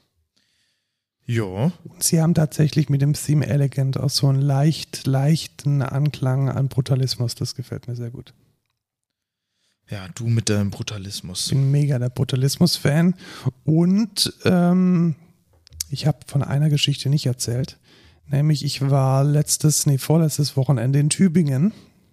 Jo. Sie haben tatsächlich mit dem Theme Elegant auch so einen leicht, leichten Anklang an Brutalismus. Das gefällt mir sehr gut. Ja, du mit deinem Brutalismus. Ich bin mega der Brutalismus-Fan und ähm, ich habe von einer Geschichte nicht erzählt. Nämlich ich war letztes, nee, vorletztes Wochenende in Tübingen.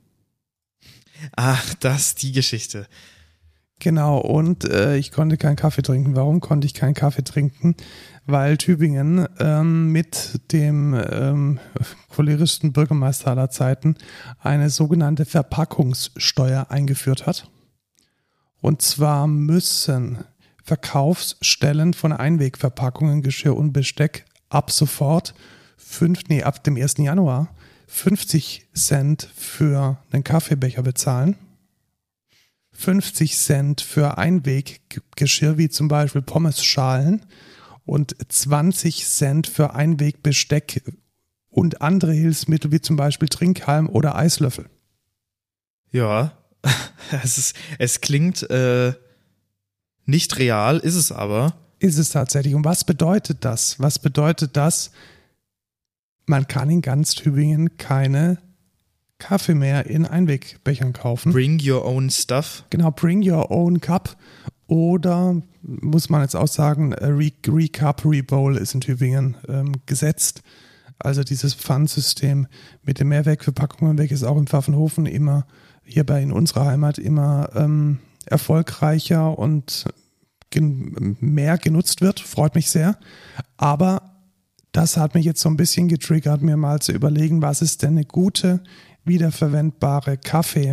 Ach, das, die Geschichte. Genau, und äh, ich konnte keinen Kaffee trinken. Warum konnte ich keinen Kaffee trinken? Weil Tübingen ähm, mit dem ähm, cholerischen Bürgermeister aller Zeiten eine sogenannte Verpackungssteuer eingeführt hat. Und zwar müssen Verkaufsstellen von Einwegverpackungen, Geschirr und Besteck ab sofort, fünf, nee, ab dem ersten Januar fünfzig Cent für einen Kaffeebecher bezahlen. fünfzig Cent für Einweggeschirr, wie zum Beispiel Pommesschalen, und zwanzig Cent für Einwegbesteck und andere Hilfsmittel, wie zum Beispiel Trinkhalm oder Eislöffel. Ja, es, ist, es klingt äh, nicht real, ist es aber. Ist es tatsächlich. Und was bedeutet das? Was bedeutet das? Man kann in ganz Tübingen keine Kaffee mehr in Einwegbechern kaufen. Bring your own stuff. Genau, bring your own cup. Oder, muss man jetzt auch sagen, Re- Recup, Rebowl ist in Tübingen ähm, gesetzt. Also dieses Pfandsystem mit den Mehrwegverpackungen, welches auch in Pfaffenhofen immer, hierbei in unserer Heimat, immer ähm, erfolgreicher und gen- mehr genutzt wird. Freut mich sehr. Aber das hat mich jetzt so ein bisschen getriggert, mir mal zu überlegen, was ist denn eine gute, wiederverwendbare Kaffeetasse,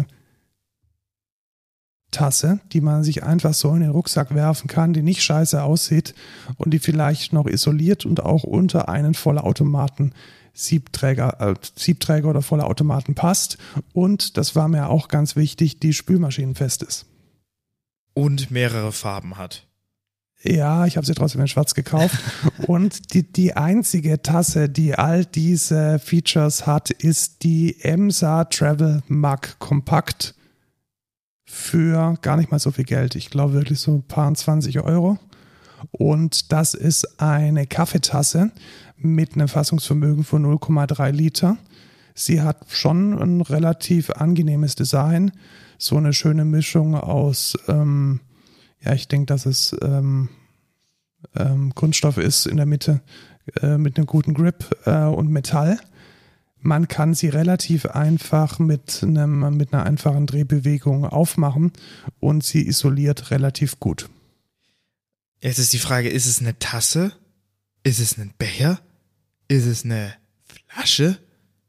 die man sich einfach so in den Rucksack werfen kann, die nicht scheiße aussieht und die vielleicht noch isoliert und auch unter einen Vollautomaten Siebträger, äh, Siebträger oder Vollautomaten passt. Und, das war mir auch ganz wichtig, die spülmaschinenfest ist. Und mehrere Farben hat. Ja, ich habe sie trotzdem in schwarz gekauft. Und die, die einzige Tasse, die all diese Features hat, ist die Emsa Travel Mug Kompakt für gar nicht mal so viel Geld. Ich glaube wirklich so ein paar zwanzig Euro. Und das ist eine Kaffeetasse mit einem Fassungsvermögen von null Komma drei Liter. Sie hat schon ein relativ angenehmes Design. So eine schöne Mischung aus ähm, ja, ich denke, dass es ähm, ähm, Kunststoff ist in der Mitte äh, mit einem guten Grip äh, und Metall. Man kann sie relativ einfach mit, einem, mit einer einfachen Drehbewegung aufmachen und sie isoliert relativ gut. Jetzt ist die Frage, ist es eine Tasse? Ist es ein Becher? Ist es eine Flasche?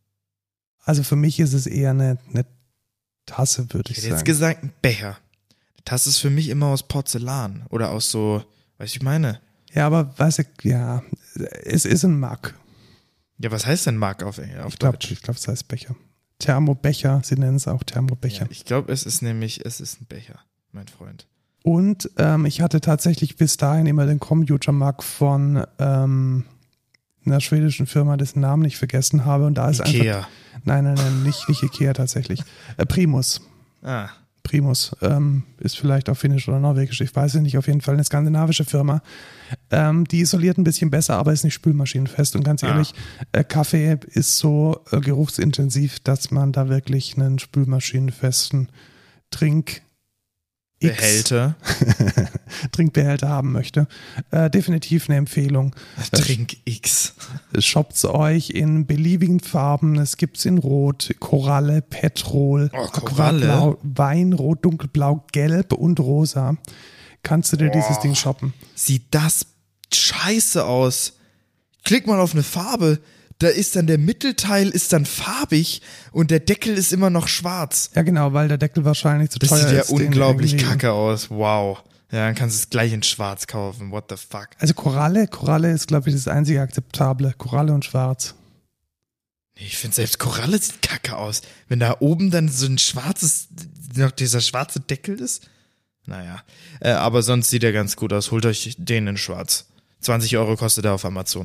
Also für mich ist es eher eine, eine Tasse, würde ich, ich hätte sagen. Jetzt gesagt, ein Becher. Das ist für mich immer aus Porzellan oder aus so, weißt du, ich meine. Ja, aber weißt du, ja, es ist ein Mug. Ja, was heißt denn Mug auf, auf ich glaub, Deutsch? Ich glaube, es heißt Becher. Thermobecher, sie nennen es auch Thermobecher. Ja, ich glaube, es ist nämlich, es ist ein Becher, mein Freund. Und ähm, ich hatte tatsächlich bis dahin immer den Computer-Mug von ähm, einer schwedischen Firma, dessen Namen ich vergessen habe. Und da ist Ikea. einfach. Nein, nein, nein, nicht, nicht Ikea tatsächlich. Äh, Primus. Ah. Primus ähm, ist vielleicht auch finnisch oder norwegisch, ich weiß es nicht, auf jeden Fall eine skandinavische Firma. Ähm, die isoliert ein bisschen besser, aber ist nicht spülmaschinenfest. Und ganz ehrlich, ah. äh, Kaffee ist so äh, geruchsintensiv, dass man da wirklich einen spülmaschinenfesten Trink Behälter. Trinkbehälter haben möchte. Äh, definitiv eine Empfehlung. Trink X. Shoppt's euch in beliebigen Farben. Es gibt's in Rot, Koralle, Petrol, oh, Koralle. Aquablau, Weinrot, Dunkelblau, Gelb und Rosa. Kannst du dir oh, dieses Ding shoppen? Sieht das scheiße aus. Klick mal auf eine Farbe. Da ist dann der Mittelteil ist dann farbig und der Deckel ist immer noch schwarz. Ja genau, weil der Deckel wahrscheinlich zu das teuer ist. Das sieht ja unglaublich kacke aus. Wow. Ja, dann kannst du es gleich in schwarz kaufen. What the fuck? Also Koralle, Koralle ist, glaube ich, das einzige akzeptable. Koralle und schwarz. Nee, ich finde selbst Koralle sieht kacke aus. Wenn da oben dann so ein schwarzes, noch dieser schwarze Deckel ist. Naja, äh, aber sonst sieht er ganz gut aus. Holt euch den in schwarz. zwanzig Euro kostet er auf Amazon.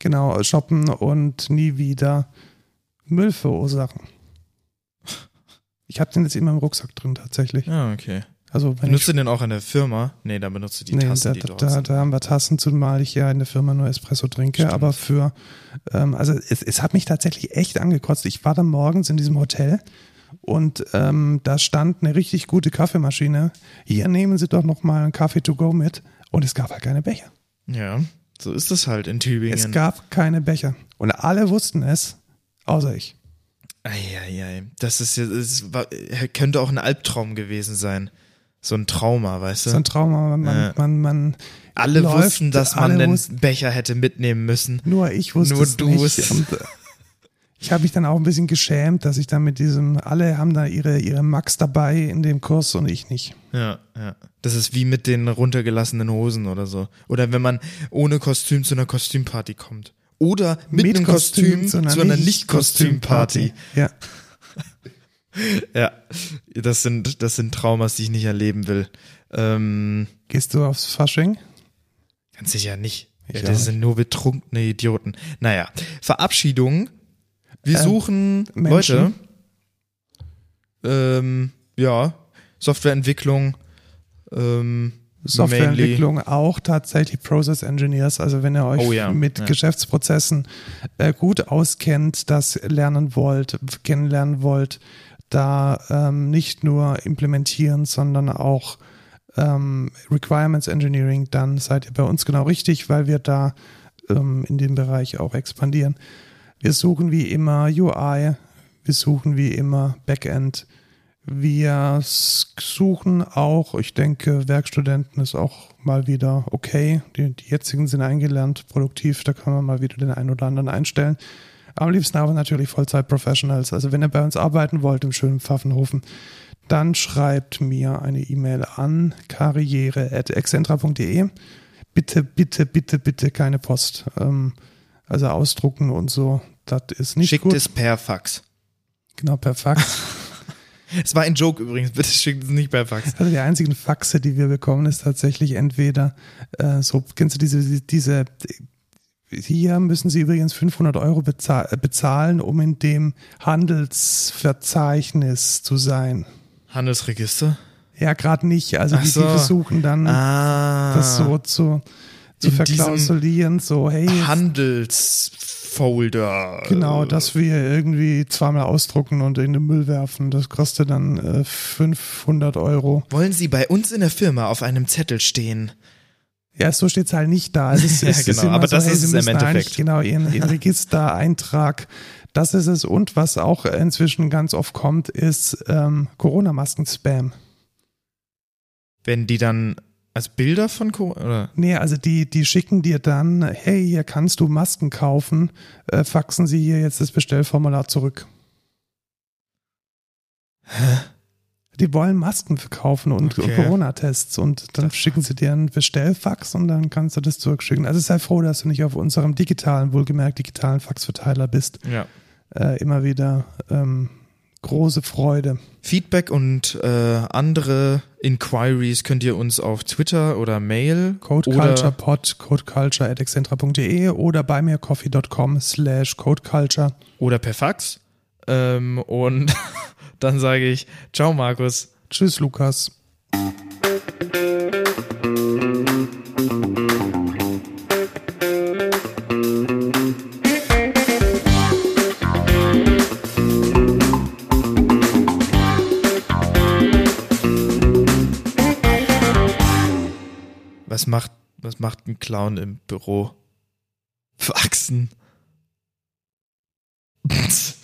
Genau, shoppen und nie wieder Müll verursachen. Ich habe den jetzt immer im Rucksack drin tatsächlich. Ah, okay. Also wenn benutzt ich, du den auch in der Firma? Nee, dann benutzt du die nee, Tassen, da, die da, dort da, sind. da haben wir Tassen, zumal ich ja in der Firma nur Espresso trinke. Stimmt. Aber für, ähm, also es, es hat mich tatsächlich echt angekotzt. Ich war dann morgens in diesem Hotel und ähm, da stand eine richtig gute Kaffeemaschine. Hier nehmen Sie doch noch mal einen Kaffee to go mit. Und es gab halt keine Becher. Ja, so ist es halt in Tübingen. Es gab keine Becher. Und alle wussten es, außer ich. Eieiei, das ist ja, das war, könnte auch ein Albtraum gewesen sein. So ein Trauma, weißt du? So ein Trauma, man, Ja. man, man Alle läuft, wussten, dass man alle den wussten- Becher hätte mitnehmen müssen. Nur ich wusste Nur es du nicht. wusstest. Und äh, ich habe mich dann auch ein bisschen geschämt, dass ich dann mit diesem, alle haben da ihre, ihre Max dabei in dem Kurs und ich nicht. Ja, ja. Das ist wie mit den runtergelassenen Hosen oder so. Oder wenn man ohne Kostüm zu einer Kostümparty kommt. Oder mit, einem Kostüm, zu einer Nicht-Kostümparty. Ja. Ja, das sind, das sind Traumas, die ich nicht erleben will. Ähm, Gehst du aufs Fasching? ganz sicher nicht. Ich Ja, auch das sind nur betrunkene Idioten. Naja, Verabschiedung. Wir Ähm, suchen Menschen. Leute. Ähm, ja, Softwareentwicklung. Ähm, Softwareentwicklung auch tatsächlich Process Engineers. Also wenn ihr euch Oh ja, mit ja. Geschäftsprozessen äh, gut auskennt, das lernen wollt, kennenlernen wollt, da ähm, nicht nur implementieren, sondern auch ähm, Requirements Engineering, dann seid ihr bei uns genau richtig, weil wir da ähm, in dem Bereich auch expandieren. Wir suchen wie immer U I, wir suchen wie immer Backend. Wir s- suchen auch, ich denke, Werkstudenten ist auch mal wieder okay. Die, die jetzigen sind eingelernt, produktiv, da kann man mal wieder den einen oder anderen einstellen. Am liebsten aber natürlich Vollzeit-Professionals. Also wenn ihr bei uns arbeiten wollt im schönen Pfaffenhofen, dann schreibt mir eine E-Mail an karriere at excentra punkt de. Bitte, bitte, bitte, bitte keine Post. Ähm, also ausdrucken und so, das ist nicht schickt gut. es per Fax. Genau, per Fax. Es war ein Joke übrigens, bitte schickt es nicht per Fax. Also die einzigen Faxe, die wir bekommen, ist tatsächlich entweder äh, so, kennst du diese, diese, hier müssen Sie übrigens fünfhundert Euro bezahl, bezahlen, um in dem Handelsverzeichnis zu sein. Handelsregister? Ja, gerade nicht. Also Ach die, so. die versuchen dann Ah. das so zu, zu In verklausulieren, so hey, Handelsfolder. genau, dass wir irgendwie zweimal ausdrucken und in den Müll werfen. Das kostet dann äh, fünfhundert Euro. Wollen Sie bei uns in der Firma auf einem Zettel stehen? Ja, so steht es halt nicht da. Also es, Ja, es ist genau, immer aber so, das hey, ist Sie es im müssen Endeffekt. eigentlich genau Ihren, Ihren Registereintrag. Das ist es. Und was auch inzwischen ganz oft kommt, ist ähm, Corona-Masken-Spam. Wenn die dann als Bilder von Corona, oder? Nee, also die, die schicken dir dann, hey, hier kannst du Masken kaufen, äh, faxen Sie hier jetzt das Bestellformular zurück. Hä? Die wollen Masken verkaufen und Okay. Corona-Tests und dann schicken sie dir einen Bestellfax und dann kannst du das zurückschicken. Also sei froh, dass du nicht auf unserem digitalen, wohlgemerkt digitalen Faxverteiler bist. Ja. Äh, immer wieder ähm, große Freude. Feedback und äh, andere Inquiries könnt ihr uns auf Twitter oder Mail CodeCulturePod, codeculture at excentra punkt de oder bei mir coffee dot com slash codeculture. oder per Fax. Ähm, und dann sage ich, ciao Markus. Tschüss, Lukas. Was macht, was macht ein Clown im Büro? Faxen.